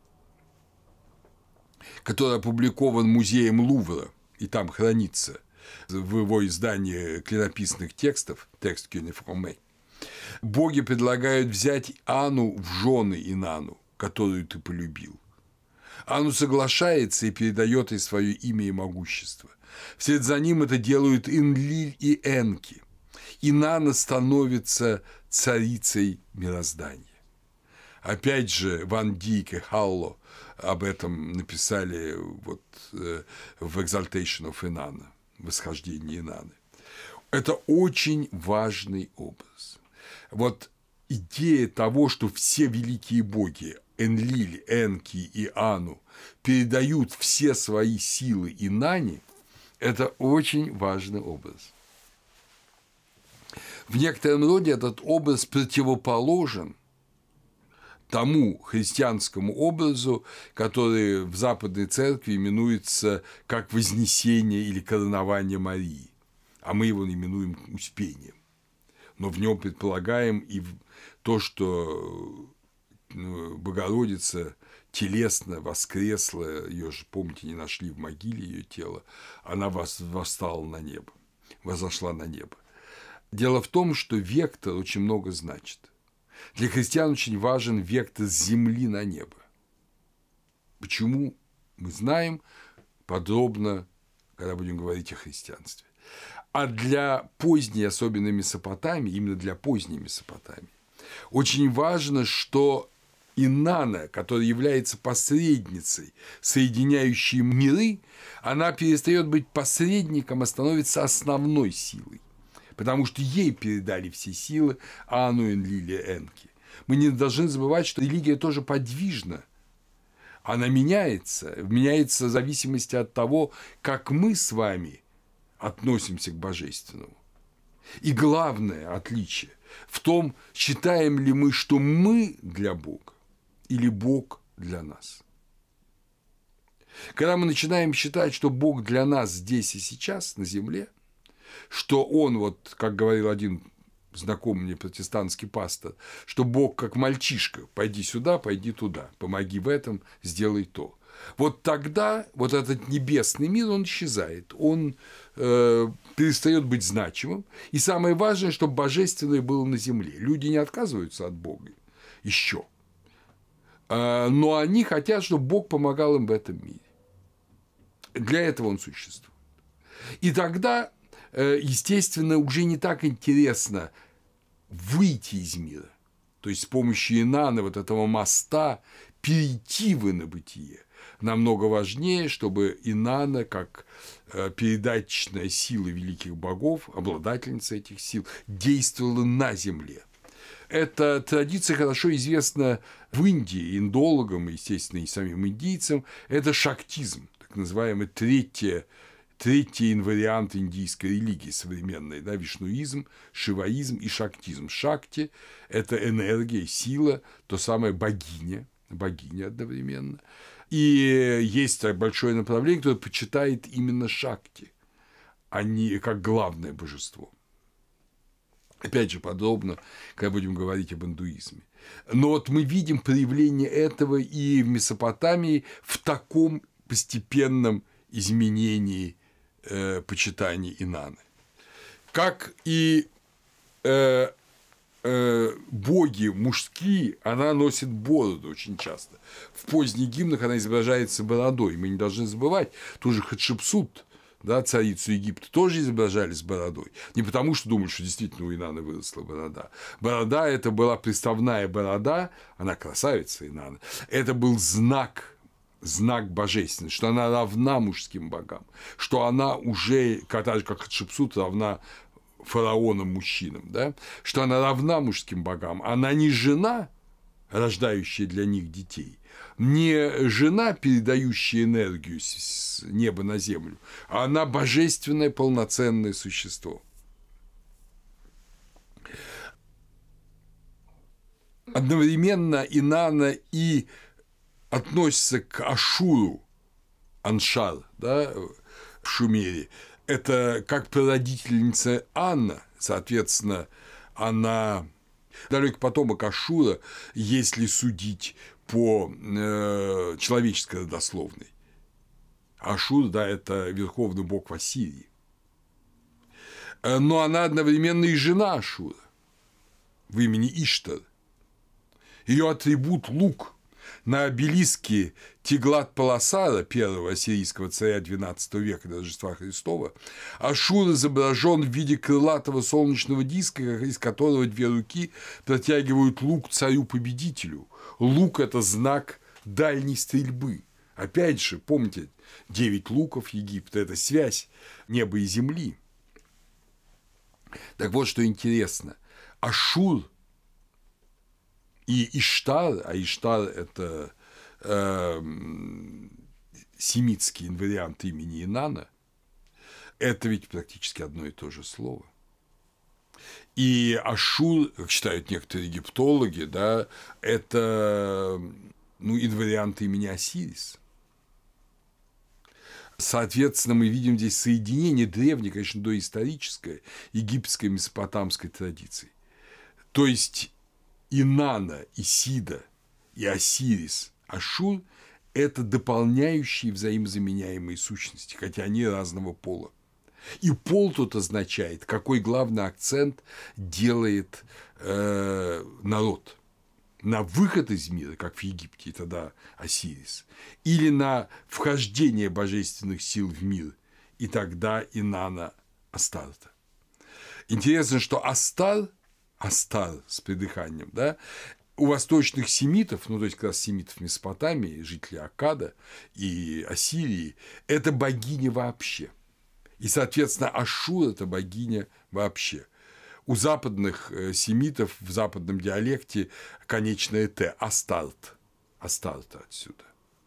который опубликован музеем Лувра, и там хранится в его издании клинописных текстов, текст Кюнефроме, боги предлагают взять Ану в жены Инанну, которую ты полюбил. Ану соглашается и передает ей свое имя и могущество. Вслед за ним это делают Энлиль и Энки. Инанна становится царицей мироздания. Опять же, Ван Дик и Халло об этом написали вот в «Exaltation of Inanna», «Восхождение Инанны». Это очень важный образ. Вот идея того, что все великие боги Энлиль, Энки и Ану передают все свои силы Инанне, Это очень важный образ. В некотором роде этот образ противоположен тому христианскому образу, который в Западной Церкви именуется как вознесение или коронование Марии, а мы его именуем Успением. Но в нем предполагаем и то, что Богородица телесно воскресла, ее же, помните, не нашли в могиле ее тело, она восстала на небо, возошла на небо. Дело в том, что вектор очень много значит. Для христиан очень важен вектор с земли на небо. Почему? Мы знаем подробно, когда будем говорить о христианстве. А для поздней, особенно Месопотамии, именно для поздней Месопотамии, очень важно, что Инанна, которая является посредницей, соединяющей миры, она перестает быть посредником, а становится основной силой. Потому что ей передали все силы Анну Энлиле Энки. Мы не должны забывать, что религия тоже подвижна. Она меняется, меняется в зависимости от того, как мы с вами относимся к божественному. И главное отличие в том, считаем ли мы, что мы для Бога или Бог для нас. Когда мы начинаем считать, что Бог для нас здесь и сейчас, на земле, что Он, вот, как говорил один знакомый мне протестантский пастор, что Бог как мальчишка, пойди сюда, пойди туда, помоги в этом, сделай то. Вот тогда вот этот небесный мир, он исчезает, он э, перестает быть значимым. И самое важное, чтобы божественное было на земле. Люди не отказываются от Бога еще, э, но они хотят, чтобы Бог помогал им в этом мире. Для этого он существует. И тогда, э, естественно, уже не так интересно выйти из мира, то есть с помощью Инанны, вот этого моста, перейти в инобытие. Намного важнее, чтобы Инанна, как передаточная сила великих богов, обладательница этих сил, действовала на земле. Эта традиция хорошо известна в Индии индологам, естественно, и самим индийцам. Это шактизм, так называемый третий, третий инвариант индийской религии современной, да, вишнуизм, шиваизм и шактизм. Шакти – это энергия, сила, то самое богиня, богиня одновременно. И есть большое направление, которое почитает именно Шакти, а не как главное божество. Опять же, подробно, когда будем говорить об индуизме. Но вот мы видим проявление этого и в Месопотамии в таком постепенном изменении э, почитания Инанны. Как и э, боги мужские, она носит бороду очень часто. В поздних гимнах она изображается бородой. Мы не должны забывать, тоже Хатшепсут, да, царицу Египта, тоже изображали с бородой. Не потому, что думают, что действительно у Инанны выросла борода. Борода – это была приставная борода, она красавица Инанна. Это был знак, знак божественности, что она равна мужским богам, что она уже, так же, как Хатшепсут, равна фараонам-мужчинам, да, что она равна мужским богам, она не жена, рождающая для них детей, не жена, передающая энергию с неба на землю, а она божественное полноценное существо. Одновременно Инанна и относится к Ашуру, Аншар, да, в Шумере. Это как прародительница Анна, соответственно, она далекий потомок Ашура, если судить по э, человеческой родословной. Ашур, да, это верховный бог в Ассирии. Но она одновременно и жена Ашура в имени Иштар. Ее атрибут – лук. На обелиске Тиглат-Паласара, первого ассирийского царя двенадцатого века до Рождества Христова, Ашур изображен в виде крылатого солнечного диска, из которого две руки протягивают лук царю-победителю. Лук – это знак дальней стрельбы. Опять же, помните, девять луков Египта – это связь неба и земли. Так вот, что интересно. Ашур и Иштар, а Иштар – это э, семитский инвариант имени Инанна, это ведь практически одно и то же слово. И Ашур, как считают некоторые египтологи, да, это, ну, инвариант имени Осирис. Соответственно, мы видим здесь соединение древней, конечно, доисторической египетской месопотамской традиции. То есть Инанна, Исида и Осирис, Ашур – это дополняющие взаимозаменяемые сущности, хотя они разного пола. И пол тут означает, какой главный акцент делает э, народ. На выход из мира, как в Египте, и тогда Осирис, или на вхождение божественных сил в мир, и тогда Инанна Астарта. Интересно, что Астар, Астар с придыханием, да, у восточных семитов, ну, то есть как раз семитов Месопотамии, жителей Аккада и Ассирии, это богиня вообще. И, соответственно, Ашур – это богиня вообще. У западных семитов в западном диалекте конечное «т» – Астарт. Астарта отсюда.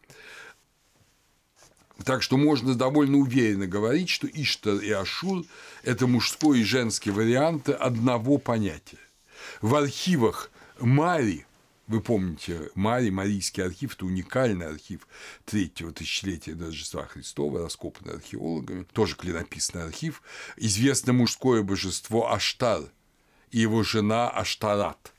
Так что можно довольно уверенно говорить, что Иштар и Ашур – это мужской и женский варианты одного понятия. В архивах Мари, вы помните, Мари, Марийский архив – это уникальный архив третьего тысячелетия до Рождества Христова, раскопанный археологами, тоже клинописный архив, известно мужское божество Аштар и его жена Аштарат.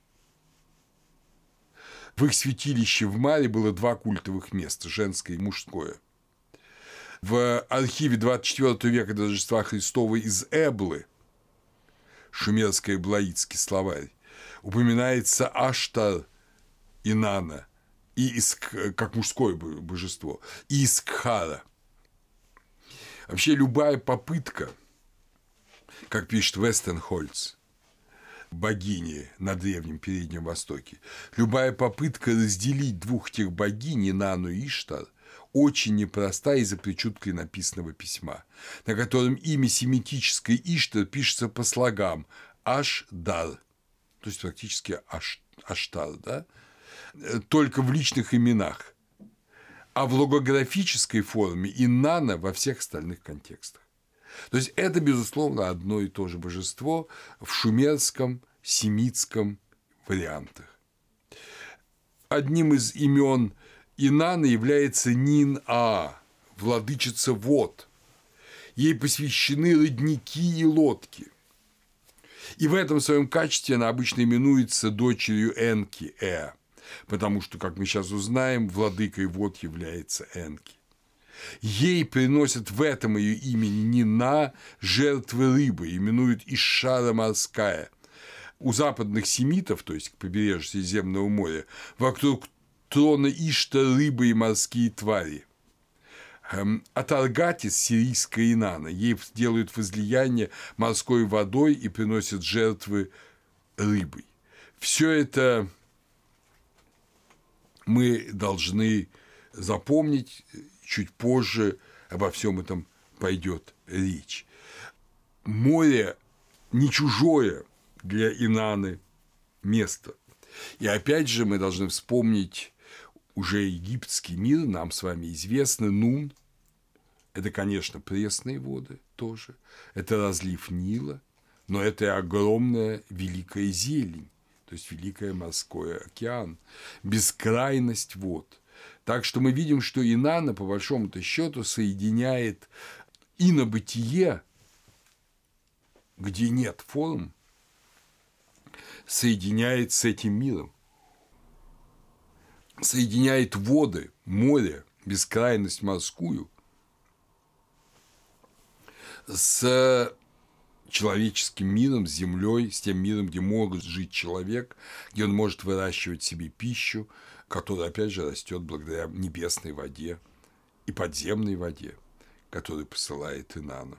В их святилище в Маре было два культовых места – женское и мужское. В архиве двадцать четвёртого века до Рождества Христова из Эблы, шумерско-эблаитский словарь, упоминается Аштар, Инанна, и Иск, как мужское божество, и Искхара. Вообще любая попытка, как пишет Вестенхольц, богини на Древнем Переднем Востоке, любая попытка разделить двух этих богинь, Инанну и Иштар, очень непроста из-за причудкой написанного письма, на котором имя семитической Иштар пишется по слогам Аш-Дар, то есть практически Аш, Аштар, да? Только в личных именах, а в логографической форме Инанна во всех остальных контекстах. То есть это, безусловно, одно и то же божество в шумерском, семитском вариантах. Одним из имен Инанны является Нин-А, владычица вод. Ей посвящены родники и лодки. И в этом своем качестве она обычно именуется дочерью Энки, Э, потому что, как мы сейчас узнаем, владыкой вод является Энки. Ей приносят в этом ее имени Нина жертвы рыбы, именуют Ишшара морская. У западных семитов, то есть к побережью Средиземного моря, вокруг трона Ишта рыбы и морские твари. Атаргатис, сирийская Инанна, ей делают возлияние морской водой и приносят жертвы рыбой. Все это мы должны запомнить, чуть позже обо всем этом пойдет речь. Море не чужое для Инанны место. И опять же мы должны вспомнить уже египетский мир, нам с вами известно, Нун. Это, конечно, пресные воды тоже, это разлив Нила, но это и огромная великая зелень, то есть великий морской океан, бескрайность вод. Так что мы видим, что Инанна, по большому-то счету, соединяет инобытие, где нет форм, соединяет с этим миром, соединяет воды, море, бескрайность морскую с человеческим миром, с землей, с тем миром, где может жить человек, где он может выращивать себе пищу, которая, опять же, растет благодаря небесной воде и подземной воде, которую посылает Инанна.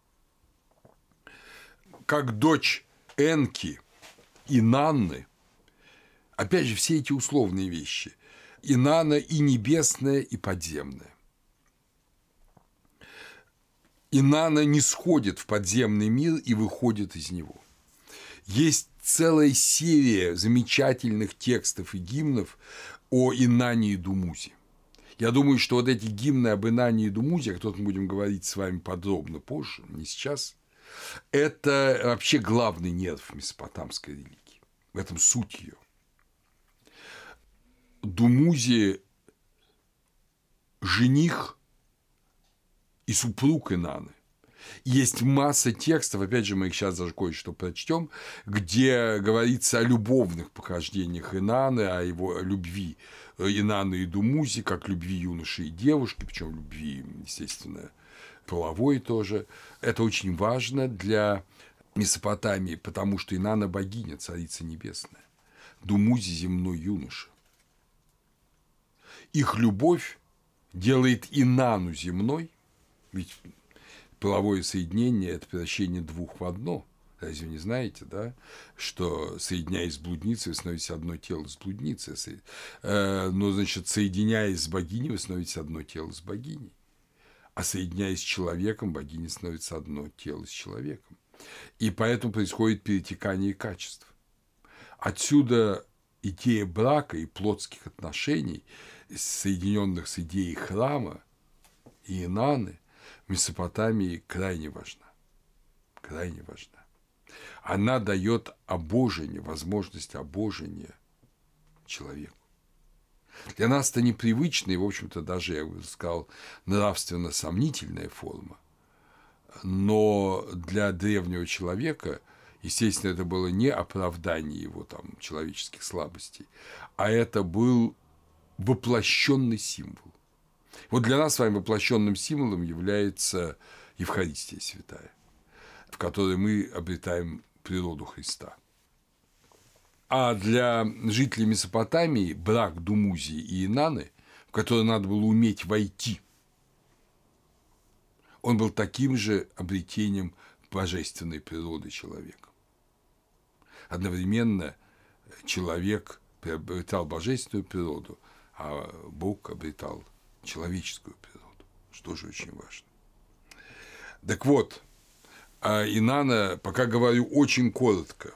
Как дочь Энки, Инанны, опять же, все эти условные вещи, Инанна и небесная, и подземная. Инанна не сходит в подземный мир и выходит из него. Есть целая серия замечательных текстов и гимнов о Инанне и Думузе. Я думаю, что вот эти гимны об Инанне и Думузе, о которых мы будем говорить с вами подробно позже, не сейчас, это вообще главный нерв месопотамской религии. В этом суть ее. Думузе – жених и супруг Инанны. Есть масса текстов, опять же, мы их сейчас даже кое-что прочтем, где говорится о любовных похождениях Инанны, о его любви Инанны и Думузе, как любви юноши и девушки, причем любви, естественно, половой тоже. Это очень важно для Месопотамии, потому что Инанна – богиня, царица небесная, Думузе – земной юноша. Их любовь делает Инанну земной, ведь половое соединение – это превращение двух в одно. Разве не знаете, да, что, соединяясь с блудницей, вы становитесь одно тело с блудницей, но, значит, соединяясь с богиней, вы становитесь одно тело с богиней, а соединяясь с человеком, богиня становится одно тело с человеком. И поэтому происходит перетекание качеств. Отсюда идея брака и плотских отношений, соединенных с идеей храма и Инанны, в Месопотамии крайне важна. Крайне важна. Она дает обожение, возможность обожения человеку. Для нас это непривычная и, в общем-то, даже, я бы сказал, нравственно сомнительная форма. Но для древнего человека, естественно, это было не оправдание его там человеческих слабостей, а это был воплощенный символ. Вот для нас с вами воплощенным символом является Евхаристия святая, в которой мы обретаем природу Христа. А для жителей Месопотамии брак Думузи и Инанны, в который надо было уметь войти, он был таким же обретением божественной природы человека. Одновременно человек приобретал божественную природу, а Бог обретал человеческую природу, что же очень важно. Так вот, Инанна, пока говорю очень коротко,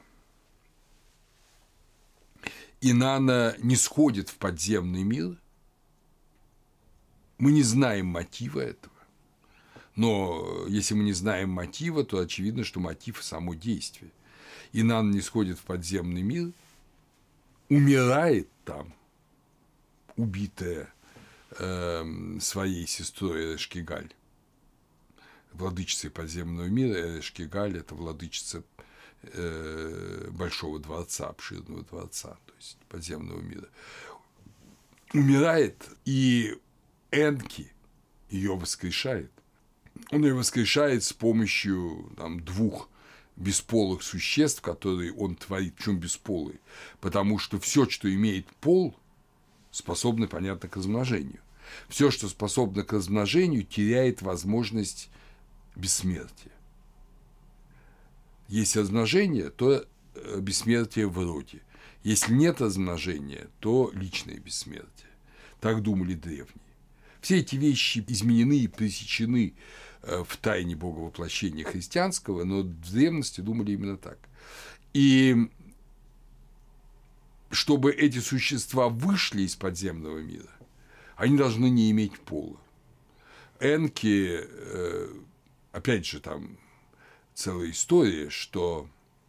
Инанна не сходит в подземный мир, мы не знаем мотива этого, но если мы не знаем мотива, то очевидно, что мотив – само действие. Инанна не сходит в подземный мир, умирает там, убитая э, своей сестрой Эрешкигаль, владычицей подземного мира. Эрешкигаль – это владычица э, большого дворца, обширного дворца, то есть подземного мира. Умирает, и Энки ее воскрешает. Он ее воскрешает с помощью там, двух бесполых существ, которые он творит, причем бесполые, потому что все, что имеет пол, способно, понятно, к размножению. Все, что способно к размножению, теряет возможность бессмертия. Есть размножение, то бессмертие в роде. Если нет размножения, то личное бессмертие. Так думали древние. Все эти вещи изменены и пресечены в тайне боговоплощения христианского, но в древности думали именно так. И чтобы эти существа вышли из подземного мира, они должны не иметь пола. Энки, опять же, там целая история, что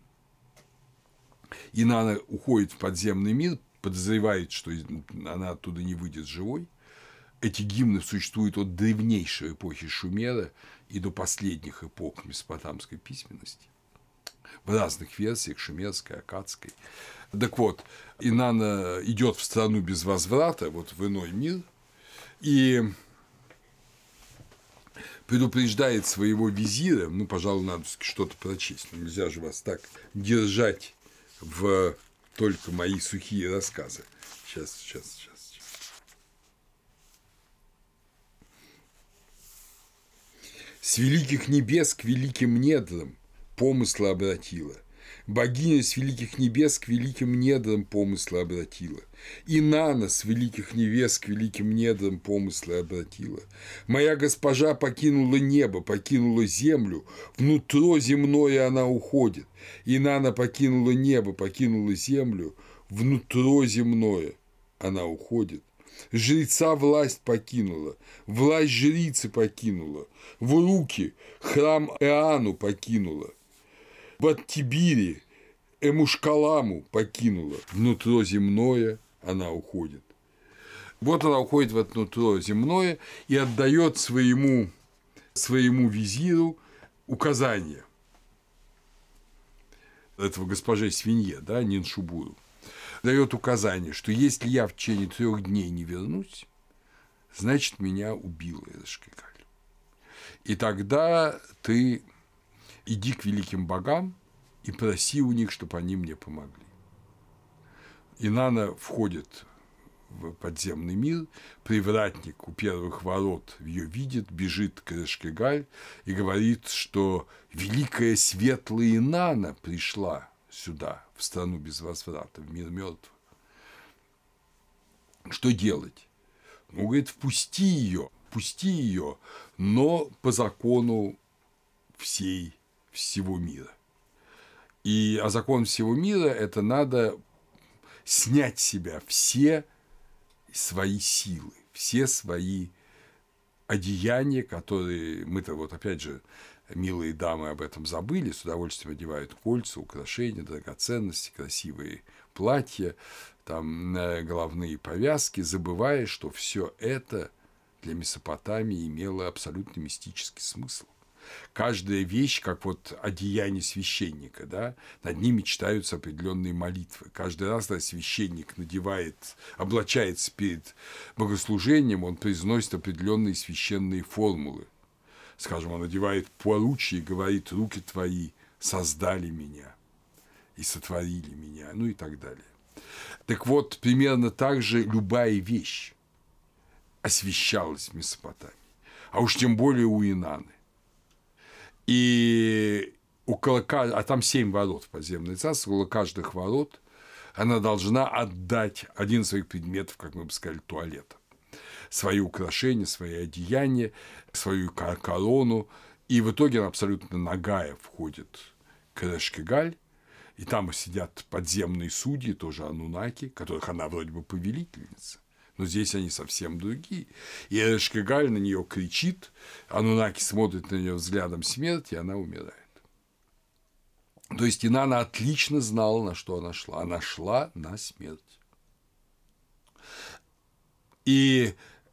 Инанна уходит в подземный мир, подозревает, что она оттуда не выйдет живой. Эти гимны существуют от древнейшей эпохи Шумера и до последних эпох месопотамской письменности. В разных версиях – шумерской, аккадской. Так вот, Инанна идет в страну без возврата, вот в иной мир, и предупреждает своего визира, ну, пожалуй, надо что-то прочесть, но нельзя же вас так держать в только мои сухие рассказы. Сейчас, сейчас, сейчас. С великих небес к великим недрам помысла обратила. Богиня с великих небес к великим недрам помысла обратила. Инанна с великих небес к великим недрам помысла обратила. Моя госпожа покинула небо, покинула землю, внутро земное она уходит. Инанна покинула небо, покинула землю, внутро земное она уходит. жреца власть покинула, власть жрицы покинула, в руки храм Иоанну покинула, в Аттибире Эмушкаламу покинула, внутро земное она уходит. Вот она уходит в это нутро земное и отдает своему, своему визиру указания этого госпоже свинье, да, Ниншубуру, дает указание, что если я в течение трех дней не вернусь, значит, меня убила Эрeshkigal. И тогда ты иди к великим богам и проси у них, чтобы они мне помогли. Инанна входит в подземный мир, привратник у первых ворот ее видит, бежит к Эрeshkigal и говорит, что великая светлая Инанна пришла сюда, в страну без возврата, в мир мертвых. Что делать? Ну, говорит, впусти ее, впусти ее, но по закону всей, всего мира. И а закон всего мира – это надо снять с себя все свои силы, все свои одеяния, которые мы-то вот опять же, милые дамы об этом забыли, с удовольствием одевают кольца, украшения, драгоценности, красивые платья, там головные повязки, забывая, что все это для Месопотамии имело абсолютно мистический смысл. Каждая вещь, как вот одеяние священника, да, над ними читаются определенные молитвы. Каждый раз, когда священник надевает, облачается перед богослужением, он произносит определенные священные формулы. Скажем, он надевает поручие и говорит: «Руки твои создали меня и сотворили меня», ну и так далее. Так вот, примерно так же любая вещь освящалась в Месопотамии, а уж тем более у Инанны. И около, а там семь ворот в подземное царство, около каждых ворот она должна отдать один из своих предметов, как мы бы сказали, туалета. Свои украшения, свои одеяния, свою корону. И в итоге она абсолютно нагая входит к Эрeshkigal, и там сидят подземные судьи, тоже анунаки, которых она вроде бы повелительница. Но здесь они совсем другие. И Эрeshkigal на нее кричит, анунаки смотрят на нее взглядом смерти, и она умирает. То есть Инанна отлично знала, на что она шла. Она шла на смерть. И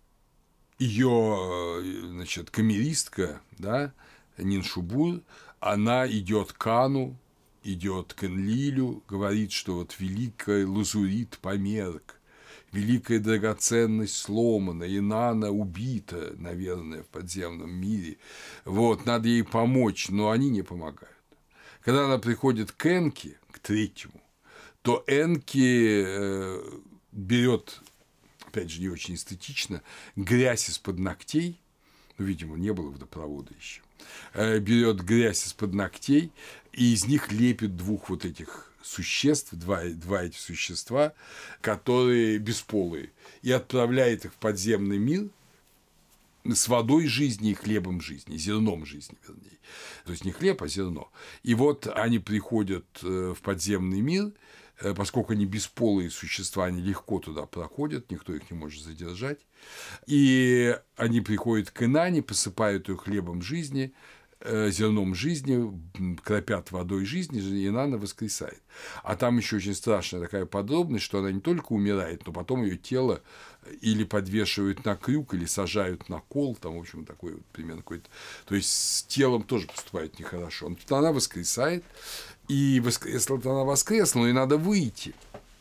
ее, значит, камеристка, да, Ниншубур, она идет к Ану, идет к Энлилю, говорит, что вот великая лазурит померк, великая драгоценность сломана, Инанна убита, наверное, в подземном мире. Вот, надо ей помочь, но они не помогают. Когда она приходит к Энке, к третьему, то Энки э, берет, опять же, не очень эстетично, грязь из-под ногтей, ну, видимо, не было водопровода еще, э, берет грязь из-под ногтей и из них лепит двух вот этих существ, два, два этих существа, которые бесполые, и отправляет их в подземный мир с водой жизни и хлебом жизни, зерном жизни, вернее. То есть не хлеб, а зерно. И вот они приходят в подземный мир, поскольку они бесполые существа, они легко туда проходят, никто их не может задержать. И они приходят к Инанне, посыпают ее хлебом жизни, зерном жизни, кропят водой жизни, и Инанна воскресает. А там еще очень страшная такая подробность, что она не только умирает, но потом ее тело или подвешивают на крюк, или сажают на кол, там, в общем, такой вот примерно какой-то. То есть с телом тоже поступает нехорошо. Но она воскресает, и воскресла, она воскресла, но и надо выйти.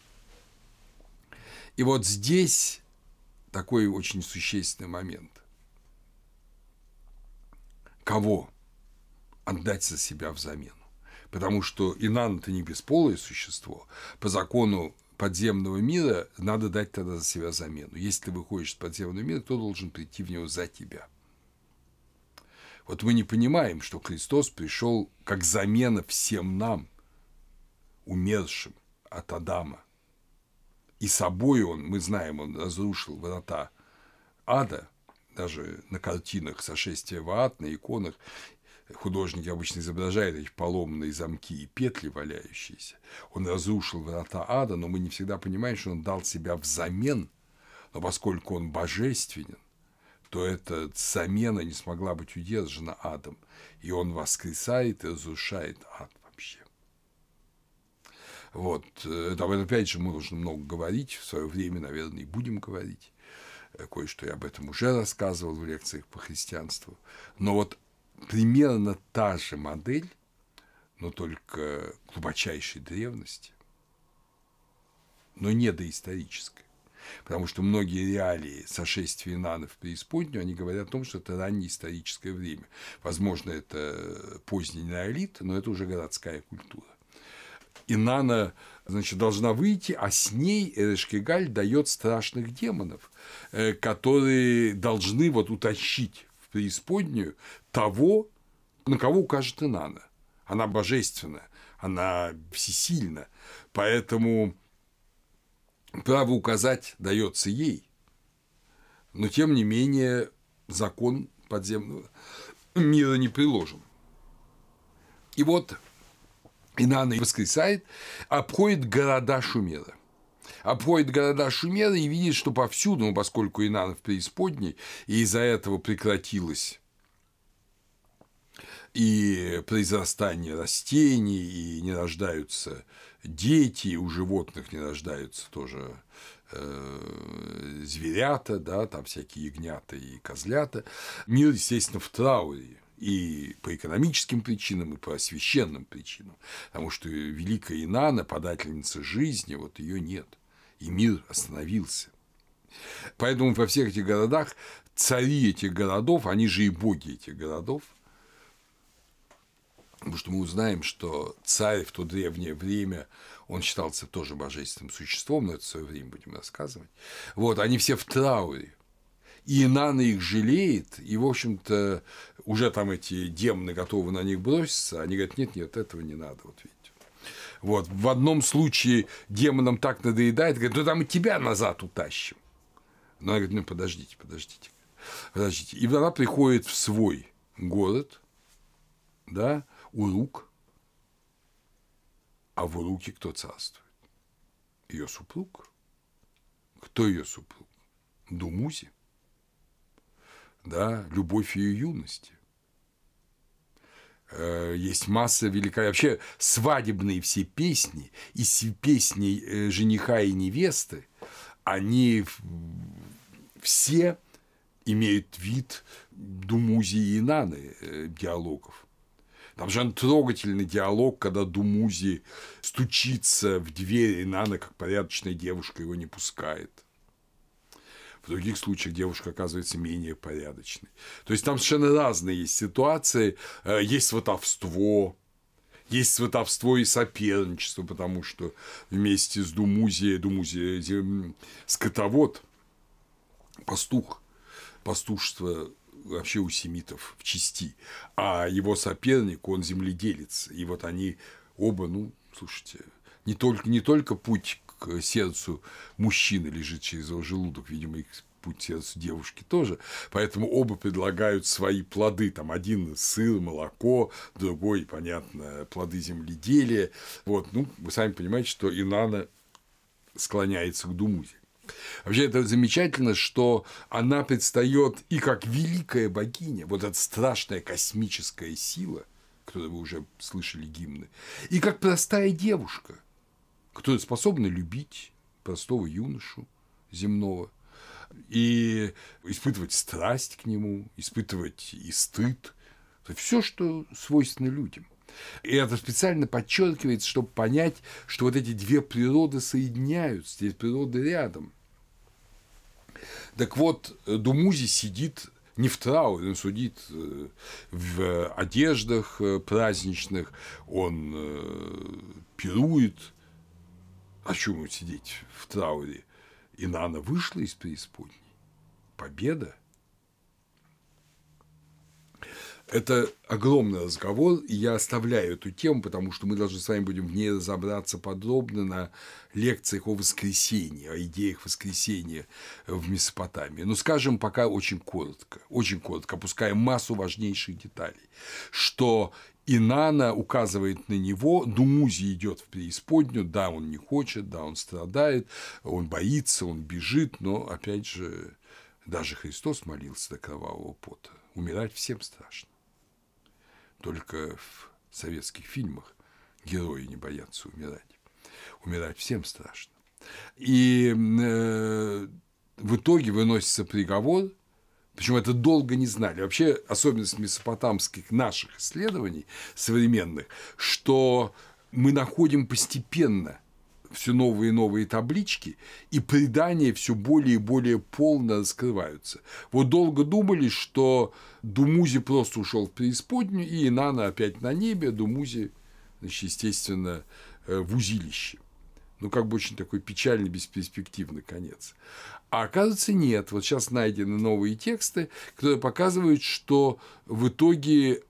И вот здесь такой очень существенный момент. Кого отдать за себя взамен? Потому что Инанна-то не бесполое существо. По закону подземного мира надо дать тогда за себя замену. Если ты выходишь из подземного мира, кто должен прийти в него за тебя? Вот мы не понимаем, что Христос пришел как замена всем нам, умершим от Адама. И собой он, мы знаем, он разрушил врата ада, даже на картинах сошествия в ад, на иконах художники обычно изображают эти поломанные замки и петли валяющиеся. Он разрушил врата ада, но мы не всегда понимаем, что он дал себя взамен Но поскольку он божественен, то эта замена не смогла быть удержана адом, и он воскресает и разрушает ад вообще. Вот, об этом, опять же, мы нужно много говорить, в свое время, наверное, и будем говорить. Кое-что я об этом уже рассказывал в лекциях по христианству. Но вот примерно та же модель, но только глубочайшей древности, но не доисторической. Потому что многие реалии сошествия Инанны в преисподнюю, они говорят о том, что это раннее историческое время. Возможно, это поздний неолит, но это уже городская культура. Инанна, значит, должна выйти, а с ней Эрешкигаль дает страшных демонов, которые должны вот утащить в преисподнюю того, на кого укажет Инанна. Она божественна, она всесильна, поэтому право указать дается ей, но тем не менее закон подземного мира не приложен. И вот Инанна воскресает, обходит города Шумера. Обходит города Шумера и видит, что повсюду, ну, поскольку Инанна в преисподней, и из-за этого прекратилось и произрастание растений, и не рождаются дети, и у животных не рождаются тоже э, зверята, да, там всякие ягнята и козлята. Мир, естественно, в трауре. И по экономическим причинам, и по священным причинам. Потому что великая Инанна, подательница жизни, вот ее нет. И мир остановился. Поэтому во всех этих городах цари этих городов, они же и боги этих городов. Потому что мы узнаем, что царь в то древнее время, он считался тоже божественным существом, но это в свое время будем рассказывать. Вот, они все в трауре. И Инанна их жалеет, и, в общем-то, уже там эти демоны готовы на них броситься, они говорят, нет-нет, этого не надо, вот видите. Вот, в одном случае демонам так надоедает, говорят, ну, там и тебя назад утащим. Но она говорит, ну, подождите, подождите, подождите. И она приходит в свой город, да, Урук, а в Уруке кто царствует? Ее супруг. Кто ее супруг? Думузи. Да, любовь ее юности. Есть масса великая. Вообще свадебные все песни и песни жениха и невесты, они все имеют вид Думузи и Инанны диалогов. Там же трогательный диалог, когда Думузи стучится в дверь, Инанна, как порядочная девушка, его не пускает. В других случаях девушка оказывается менее порядочной. То есть там совершенно разные есть ситуации. Есть сватовство, есть сватовство и соперничество, потому что вместе с Думузи, Думузи скотовод, пастух, пастушество вообще у семитов в части, а его соперник, он земледелец. И вот они оба, ну, слушайте, не только, не только путь к сердцу мужчины лежит через его желудок, видимо, и путь к сердцу девушки тоже, поэтому оба предлагают свои плоды, там один сыр, молоко, другой, понятно, плоды земледелия, вот, ну, вы сами понимаете, что Инанна склоняется к Думузи. Вообще, это замечательно, что она предстает и как великая богиня, вот эта страшная космическая сила, которую вы уже слышали гимны, и как простая девушка, которая способна любить простого юношу земного и испытывать страсть к нему, испытывать и стыд, все, что свойственно людям. И это специально подчеркивается, чтобы понять, что вот эти две природы соединяются, две природы рядом. Так вот, Думузи сидит не в трауре, он сидит в одеждах праздничных, он пирует. А что ему сидеть в трауре? Инанна вышла из преисподней. Победа. Это огромный разговор, и я оставляю эту тему, потому что мы должны с вами будем в ней разобраться подробно на лекциях о воскресении, о идеях воскресения в Месопотамии. Но скажем пока очень коротко, очень коротко, опуская массу важнейших деталей, что Инанна указывает на него, Думузи идет в преисподнюю, да, он не хочет, да, он страдает, он боится, он бежит, но, опять же, даже Христос молился до кровавого пота. Умирать всем страшно. Только в советских фильмах герои не боятся умирать. Умирать всем страшно. И э, в итоге выносится приговор, причем это долго не знали. Вообще особенность месопотамских наших исследований современных, что мы находим постепенно все новые и новые таблички, и предания все более и более полно раскрываются. Вот долго думали, что Думузи просто ушел в преисподнюю, и Инанна опять на небе, а Думузи, значит, естественно, в узилище. Ну, как бы очень такой печальный, бесперспективный конец. А оказывается, нет. Вот сейчас найдены новые тексты, которые показывают, что в итоге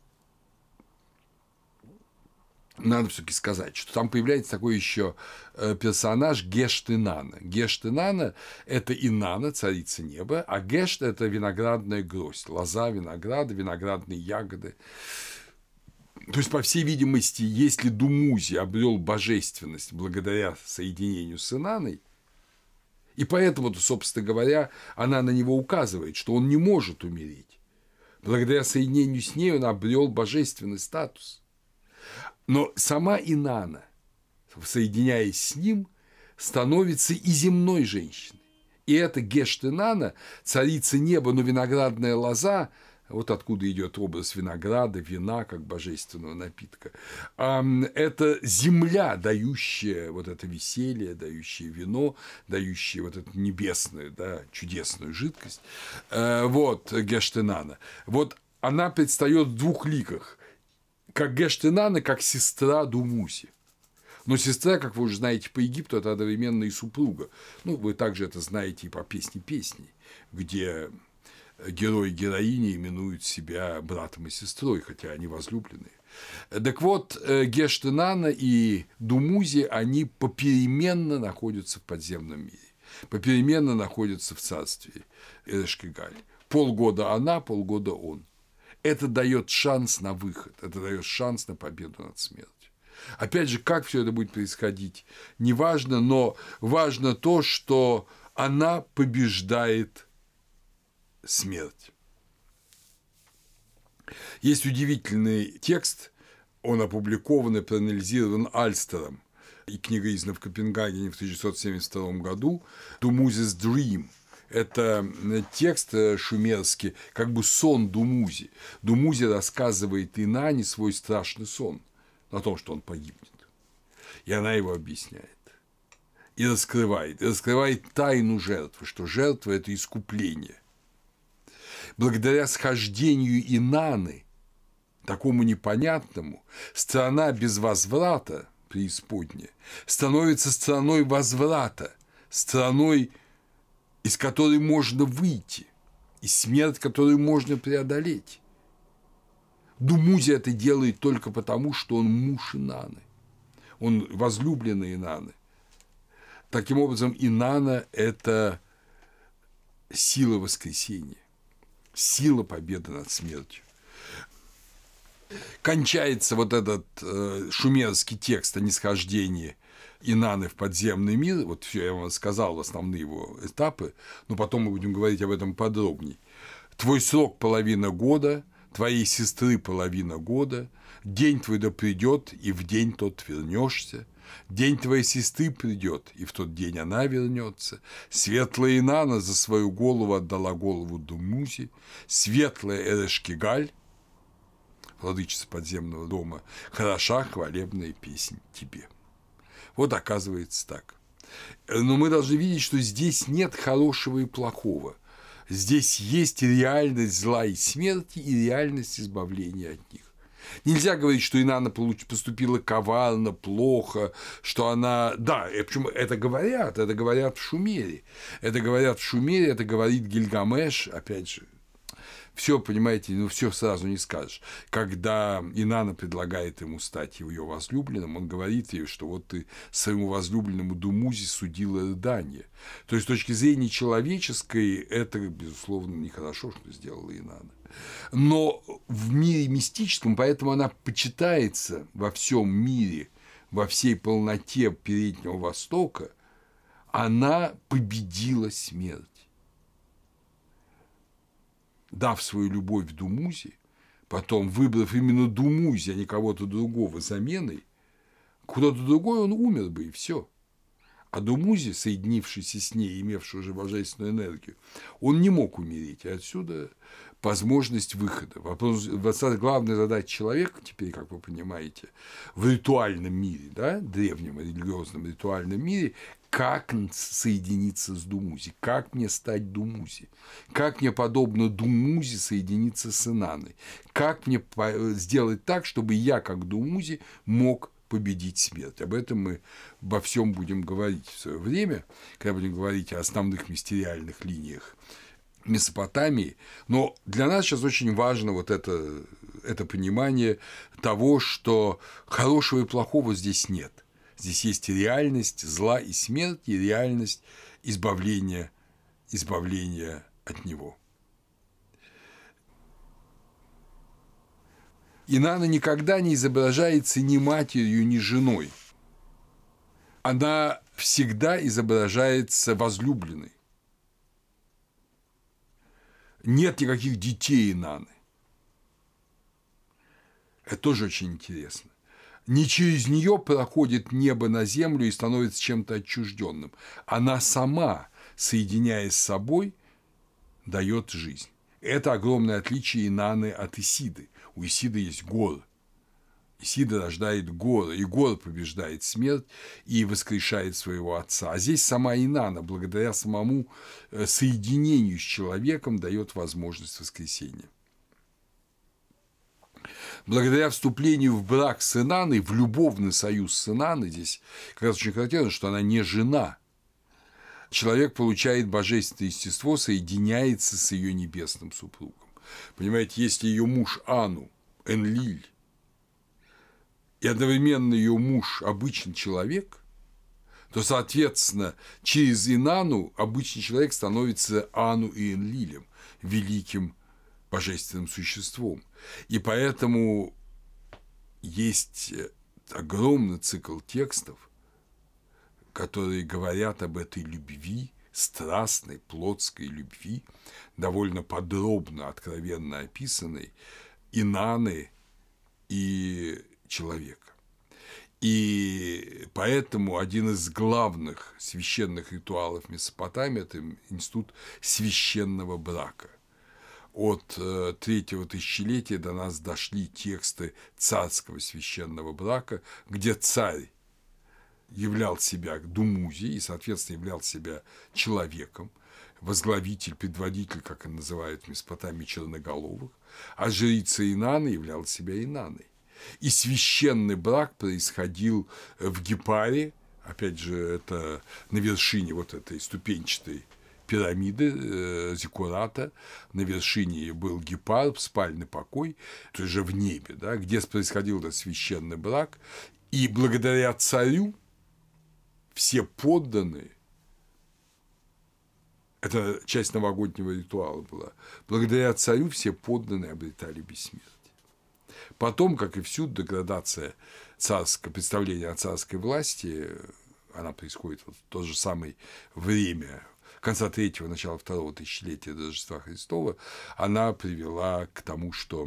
надо все-таки сказать, что там появляется такой еще персонаж Гешт Инанна. Гешт Инанна – это Инанна, царица неба, а Гешт – это виноградная гроздь, лоза винограда, виноградные ягоды. То есть, по всей видимости, если Думузи обрел божественность благодаря соединению с Инанной, и поэтому, собственно говоря, она на него указывает, что он не может умереть. Благодаря соединению с ней он обрел божественный статус. Но сама Инанна, соединяясь с ним, становится и земной женщиной. И это Гешт Инанна, царица неба, но виноградная лоза, вот откуда идет образ винограда, вина, как божественного напитка. Это земля, дающая вот это веселье, дающая вино, дающая вот эту небесную, да, чудесную жидкость. Вот Гешт Инанна. Вот она предстает в двух ликах. Как Гешт Инанна, как сестра Думузи. Но сестра, как вы уже знаете по Египту, это одновременно и супруга. Ну, вы также это знаете и по «Песне песней», где герой и героини именуют себя братом и сестрой, хотя они возлюбленные. Так вот, Гешт Инанна и Думузи, они попеременно находятся в подземном мире, попеременно находятся в царстве Эрешкигаль. Полгода она, полгода он. Это дает шанс на выход, это дает шанс на победу над смертью. Опять же, как все это будет происходить, неважно, но важно то, что она побеждает смерть. Есть удивительный текст, он опубликован и проанализирован Альстером, и книга издана в Копенгагене в тысяча девятьсот семьдесят втором году, «Dumuzis Dream». Это текст шумерский, как бы сон Думузи. Думузи рассказывает Инанне свой страшный сон о том, что он погибнет. И она его объясняет. И раскрывает. И раскрывает тайну жертвы, что жертва – это искупление. Благодаря схождению Инанны, такому непонятному, страна без возврата, преисподняя, становится страной возврата, страной, из которой можно выйти, и смерть, которую можно преодолеть. Думузи это делает только потому, что он муж Инанны, он возлюбленный Инанны. Таким образом, Инанна – это сила воскресения, сила победы над смертью. Кончается вот этот э, шумерский текст о нисхождении Инанны в подземный мир, вот все я вам рассказал, основные его этапы, но потом мы будем говорить об этом подробней. Твой срок – половина года, твоей сестры – половина года, день твой да придет, и в день тот вернешься, день твоей сестры придет, и в тот день она вернется. Светлая Инанна за свою голову отдала голову Думузи, светлая Эрешкигаль, владычица подземного дома, хороша хвалебная песнь тебе. Вот оказывается так. Но мы должны видеть, что здесь нет хорошего и плохого. Здесь есть реальность зла и смерти и реальность избавления от них. Нельзя говорить, что Инанна поступила коварно, плохо, что она… Да, почему это говорят, это говорят в Шумере. Это говорят в Шумере, это говорит Гильгамеш, опять же. Все, понимаете, ну все сразу не скажешь. Когда Инанна предлагает ему стать ее возлюбленным, он говорит ей, что вот ты своему возлюбленному Думузи судила рыдание. То есть, с точки зрения человеческой, это, безусловно, нехорошо, что сделала Инанна. Но в мире мистическом, поэтому она почитается во всем мире, во всей полноте Переднего Востока, она победила смерть. Дав свою любовь Думузи, потом выбрав именно Думузи, а не кого-то другого заменой, кто-то другой он умер бы, и все. А Думузи, соединившийся с ней, имевший уже божественную энергию, он не мог умереть. И отсюда возможность выхода. Вопрос, главная задача человека теперь, как вы понимаете, в ритуальном мире, да, древнем религиозном ритуальном мире, как соединиться с Думузи, как мне стать Думузи, как мне, подобно Думузи, соединиться с Инанной, как мне сделать так, чтобы я, как Думузи, мог победить смерть. Об этом мы во всем будем говорить в свое время, когда будем говорить о основных мистериальных линиях Месопотамии. Но для нас сейчас очень важно вот это, это понимание того, что хорошего и плохого здесь нет. Здесь есть и реальность зла и смерти, и реальность избавления, избавления от него. Инанна никогда не изображается ни матерью, ни женой. Она всегда изображается возлюбленной. Нет никаких детей Инанны. Это тоже очень интересно. Не через нее проходит небо на землю и становится чем-то отчужденным. Она сама, соединяясь с собой, дает жизнь. Это огромное отличие Инанны от Исиды. У Исиды есть горы. Исида рождает горы, и гор побеждает смерть и воскрешает своего отца. А здесь сама Инанна, благодаря самому соединению с человеком, дает возможность воскресения. Благодаря вступлению в брак с Инанной, в любовный союз с Инанной, здесь как раз очень характерно, что она не жена. Человек получает божественное естество, соединяется с ее небесным супругом. Понимаете, если ее муж Ану, Энлиль, и одновременно ее муж обычный человек, то, соответственно, через Инанну обычный человек становится Ану и Энлилем, великим божественным существом. И поэтому есть огромный цикл текстов, которые говорят об этой любви, страстной, плотской любви, довольно подробно, откровенно описанной Инанны и человека. И поэтому один из главных священных ритуалов Месопотамии – это институт священного брака. От третьего тысячелетия до нас дошли тексты царского священного брака, где царь являл себя Думузи и, соответственно, являл себя человеком, возглавитель, предводитель, как он называют в Месопотамии, черноголовых, а жрица Инанна являла себя Инанной. И священный брак происходил в Гепаре, опять же, это на вершине вот этой ступенчатой пирамиды э, Зиккурата, на вершине был Гепар, спальный покой, то есть же в небе, да, где происходил этот священный брак, и благодаря царю все подданные, это часть новогоднего ритуала была, благодаря царю все подданные обретали бессмертие. Потом, как и всюду, деградация царского, представления о царской власти, она происходит вот в то же самое время, конца третьего, начала второго тысячелетия до Рождества Христова, она привела к тому, что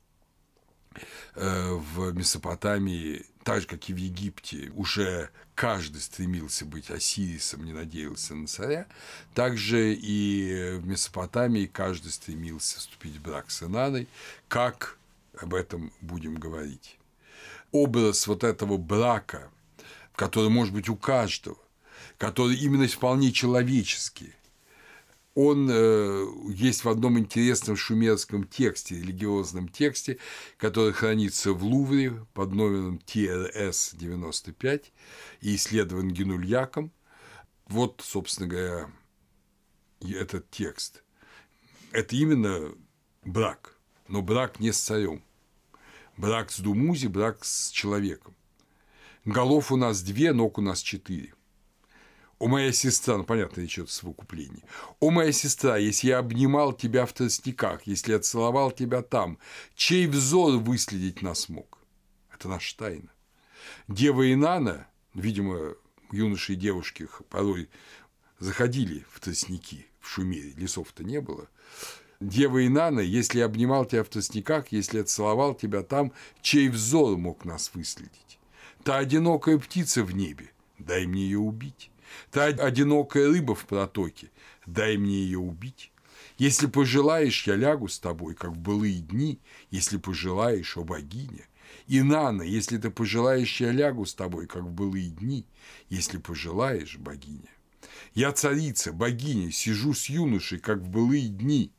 в Месопотамии, так же, как и в Египте, уже каждый стремился быть Осирисом, не надеялся на царя, также и в Месопотамии каждый стремился вступить в брак с Инанной, как об этом будем говорить. Образ вот этого брака, который может быть у каждого, который именно вполне человеческий, он э, есть в одном интересном шумерском тексте, религиозном тексте, который хранится в Лувре под номером Ти Эр Эс девяносто пять и исследован Генульяком. Вот, собственно говоря, этот текст. Это именно брак, но брак не с царем. Брак с Думузи, брак с человеком. Голов у нас две, ног у нас четыре. О, моя сестра, ну, понятно, речь идет о совокуплении. О, моя сестра, если я обнимал тебя в тростниках, если я целовал тебя там, чей взор выследить нас мог? Это наша тайна. Дева Инанна, видимо, юноши и девушки порой заходили в тростники в Шумере, лесов-то не было. Дева Инанна, если я обнимал тебя в тростниках, если я целовал тебя там, чей взор мог нас выследить? Та одинокая птица в небе, дай мне ее убить. Та одинокая рыба в протоке, дай мне ее убить. Если пожелаешь, я лягу с тобой, как в былые дни, если пожелаешь, о богиня. Инанна, если ты пожелаешь, я лягу с тобой, как в былые дни, если пожелаешь, богиня. Я царица, богиня, сижу с юношей, как в былые дни.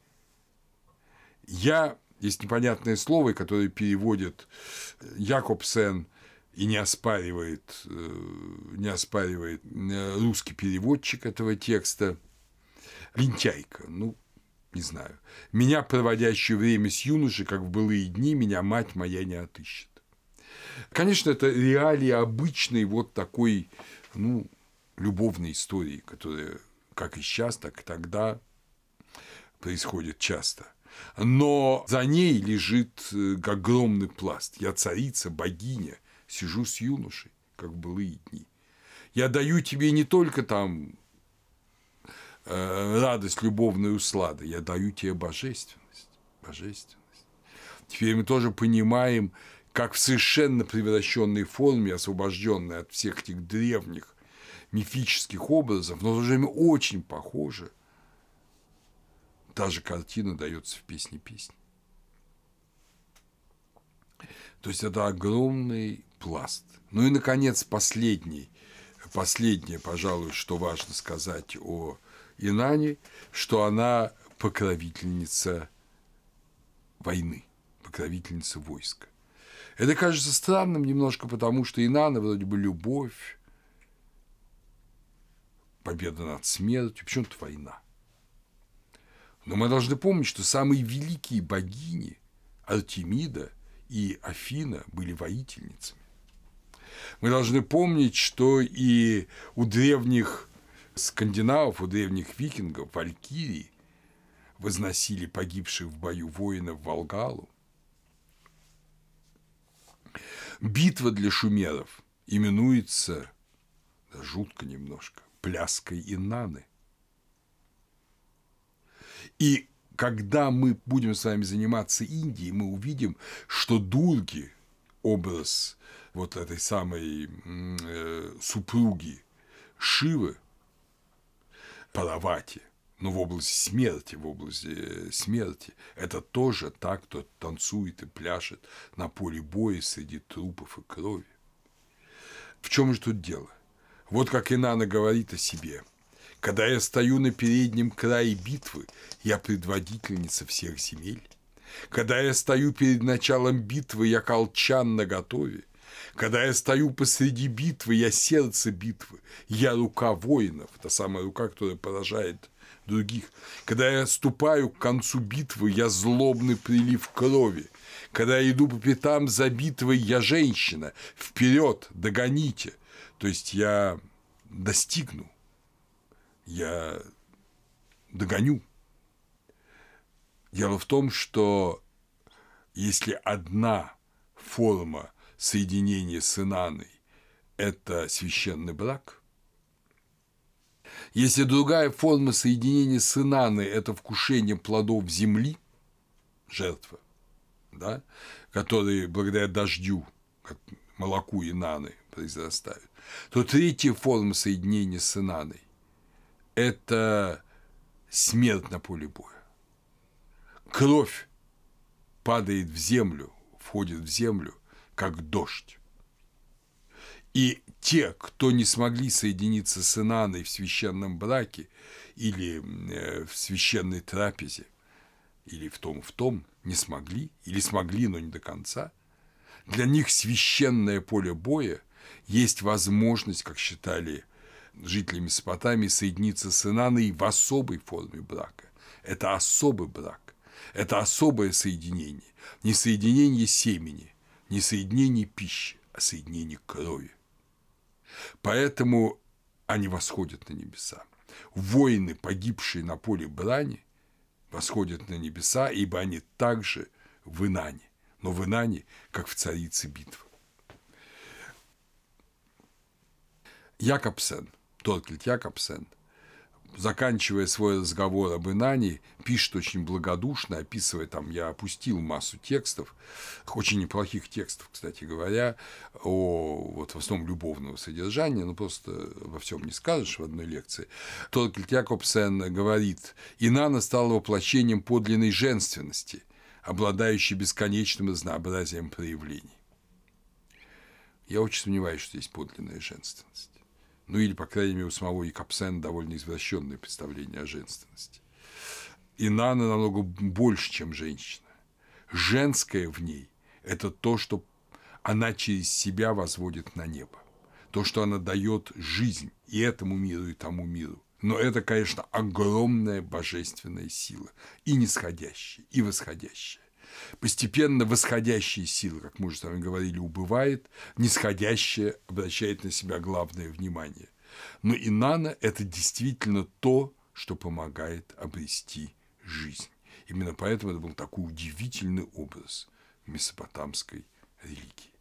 Я, есть непонятное слово, которое переводит Якобсен и не оспаривает, не оспаривает русский переводчик этого текста, лентяйка, ну, не знаю. Меня, проводящее время с юношей, как в былые дни, меня мать моя не отыщет. Конечно, это реалии обычной вот такой, ну, любовной истории, которая как и сейчас, так и тогда происходит часто. Но за ней лежит огромный пласт. Я царица, богиня, сижу с юношей, как в былые дни. Я даю тебе не только там радость любовной услады, я даю тебе божественность, божественность. Теперь мы тоже понимаем, как в совершенно превращенной форме, освобожденной от всех этих древних мифических образов, но в то же время очень похоже, та же картина дается в «Песне песни». То есть это огромный пласт. Ну и, наконец, последний, последнее, пожалуй, что важно сказать о Инанне, что она покровительница войны, покровительница войска. Это кажется странным немножко, потому что Инанна вроде бы любовь, победа над смертью, почему-то война. Но мы должны помнить, что самые великие богини Артемида и Афина были воительницами. Мы должны помнить, что и у древних скандинавов, у древних викингов валькирии возносили погибших в бою воинов в Волгалу. Битва для шумеров именуется, да, жутко немножко, пляской Инанны. И когда мы будем с вами заниматься Индией, мы увидим, что Дурги, образ вот этой самой э, супруги Шивы, Паравати, но в области смерти, в области смерти, это тоже так, кто танцует и пляшет на поле боя среди трупов и крови. В чем же тут дело? Вот как Инанна говорит о себе. Когда я стою на переднем крае битвы, я предводительница всех земель. Когда я стою перед началом битвы, я колчан наготове. Когда я стою посреди битвы, я сердце битвы, я рука воинов, та самая рука, которая поражает других. Когда я ступаю к концу битвы, я злобный прилив крови. Когда я иду по пятам за битвой, я женщина. Вперед, догоните. То есть я достигну. Я догоню. Дело в том, что если одна форма соединения с Инанной – это священный брак, если другая форма соединения с Инанной – это вкушение плодов земли, жертва, да, которые благодаря дождю, как молоку Инанны, произрастают, то третья форма соединения с Инанной – это смерть на поле боя. Кровь падает в землю, входит в землю, как дождь. И те, кто не смогли соединиться с Инанной в священном браке или в священной трапезе, или в том, в том, не смогли, или смогли, но не до конца, для них священное поле боя есть возможность, как считали жители Месопотамии, соединиться с Инанной в особой форме брака. Это особый брак. Это особое соединение. Не соединение семени, не соединение пищи, а соединение крови. Поэтому они восходят на небеса. Воины, погибшие на поле брани, восходят на небеса, ибо они также в Инане, но в Инане, как в царице битвы. Якобсен, Торкельд Якобсен, заканчивая свой разговор об Инане, пишет очень благодушно, описывая, там я опустил массу текстов, очень неплохих текстов, кстати говоря, о вот в основном любовного содержания, но просто во всем не скажешь в одной лекции. Торкельд Якобсен говорит: Инанна стала воплощением подлинной женственности, обладающей бесконечным разнообразием проявлений. Я очень сомневаюсь, что есть подлинная женственность. Ну или, по крайней мере, у самого Якобсена довольно извращенное представление о женственности. Инанна намного больше, чем женщина. Женское в ней – это то, что она через себя возводит на небо, то, что она дает жизнь и этому миру, и тому миру. Но это, конечно, огромная божественная сила, и нисходящая, и восходящая. Постепенно восходящая сила, как мы уже с вами говорили, убывает, нисходящая обращает на себя главное внимание. Но Инанна – это действительно то, что помогает обрести жизнь. Именно поэтому это был такой удивительный образ месопотамской религии.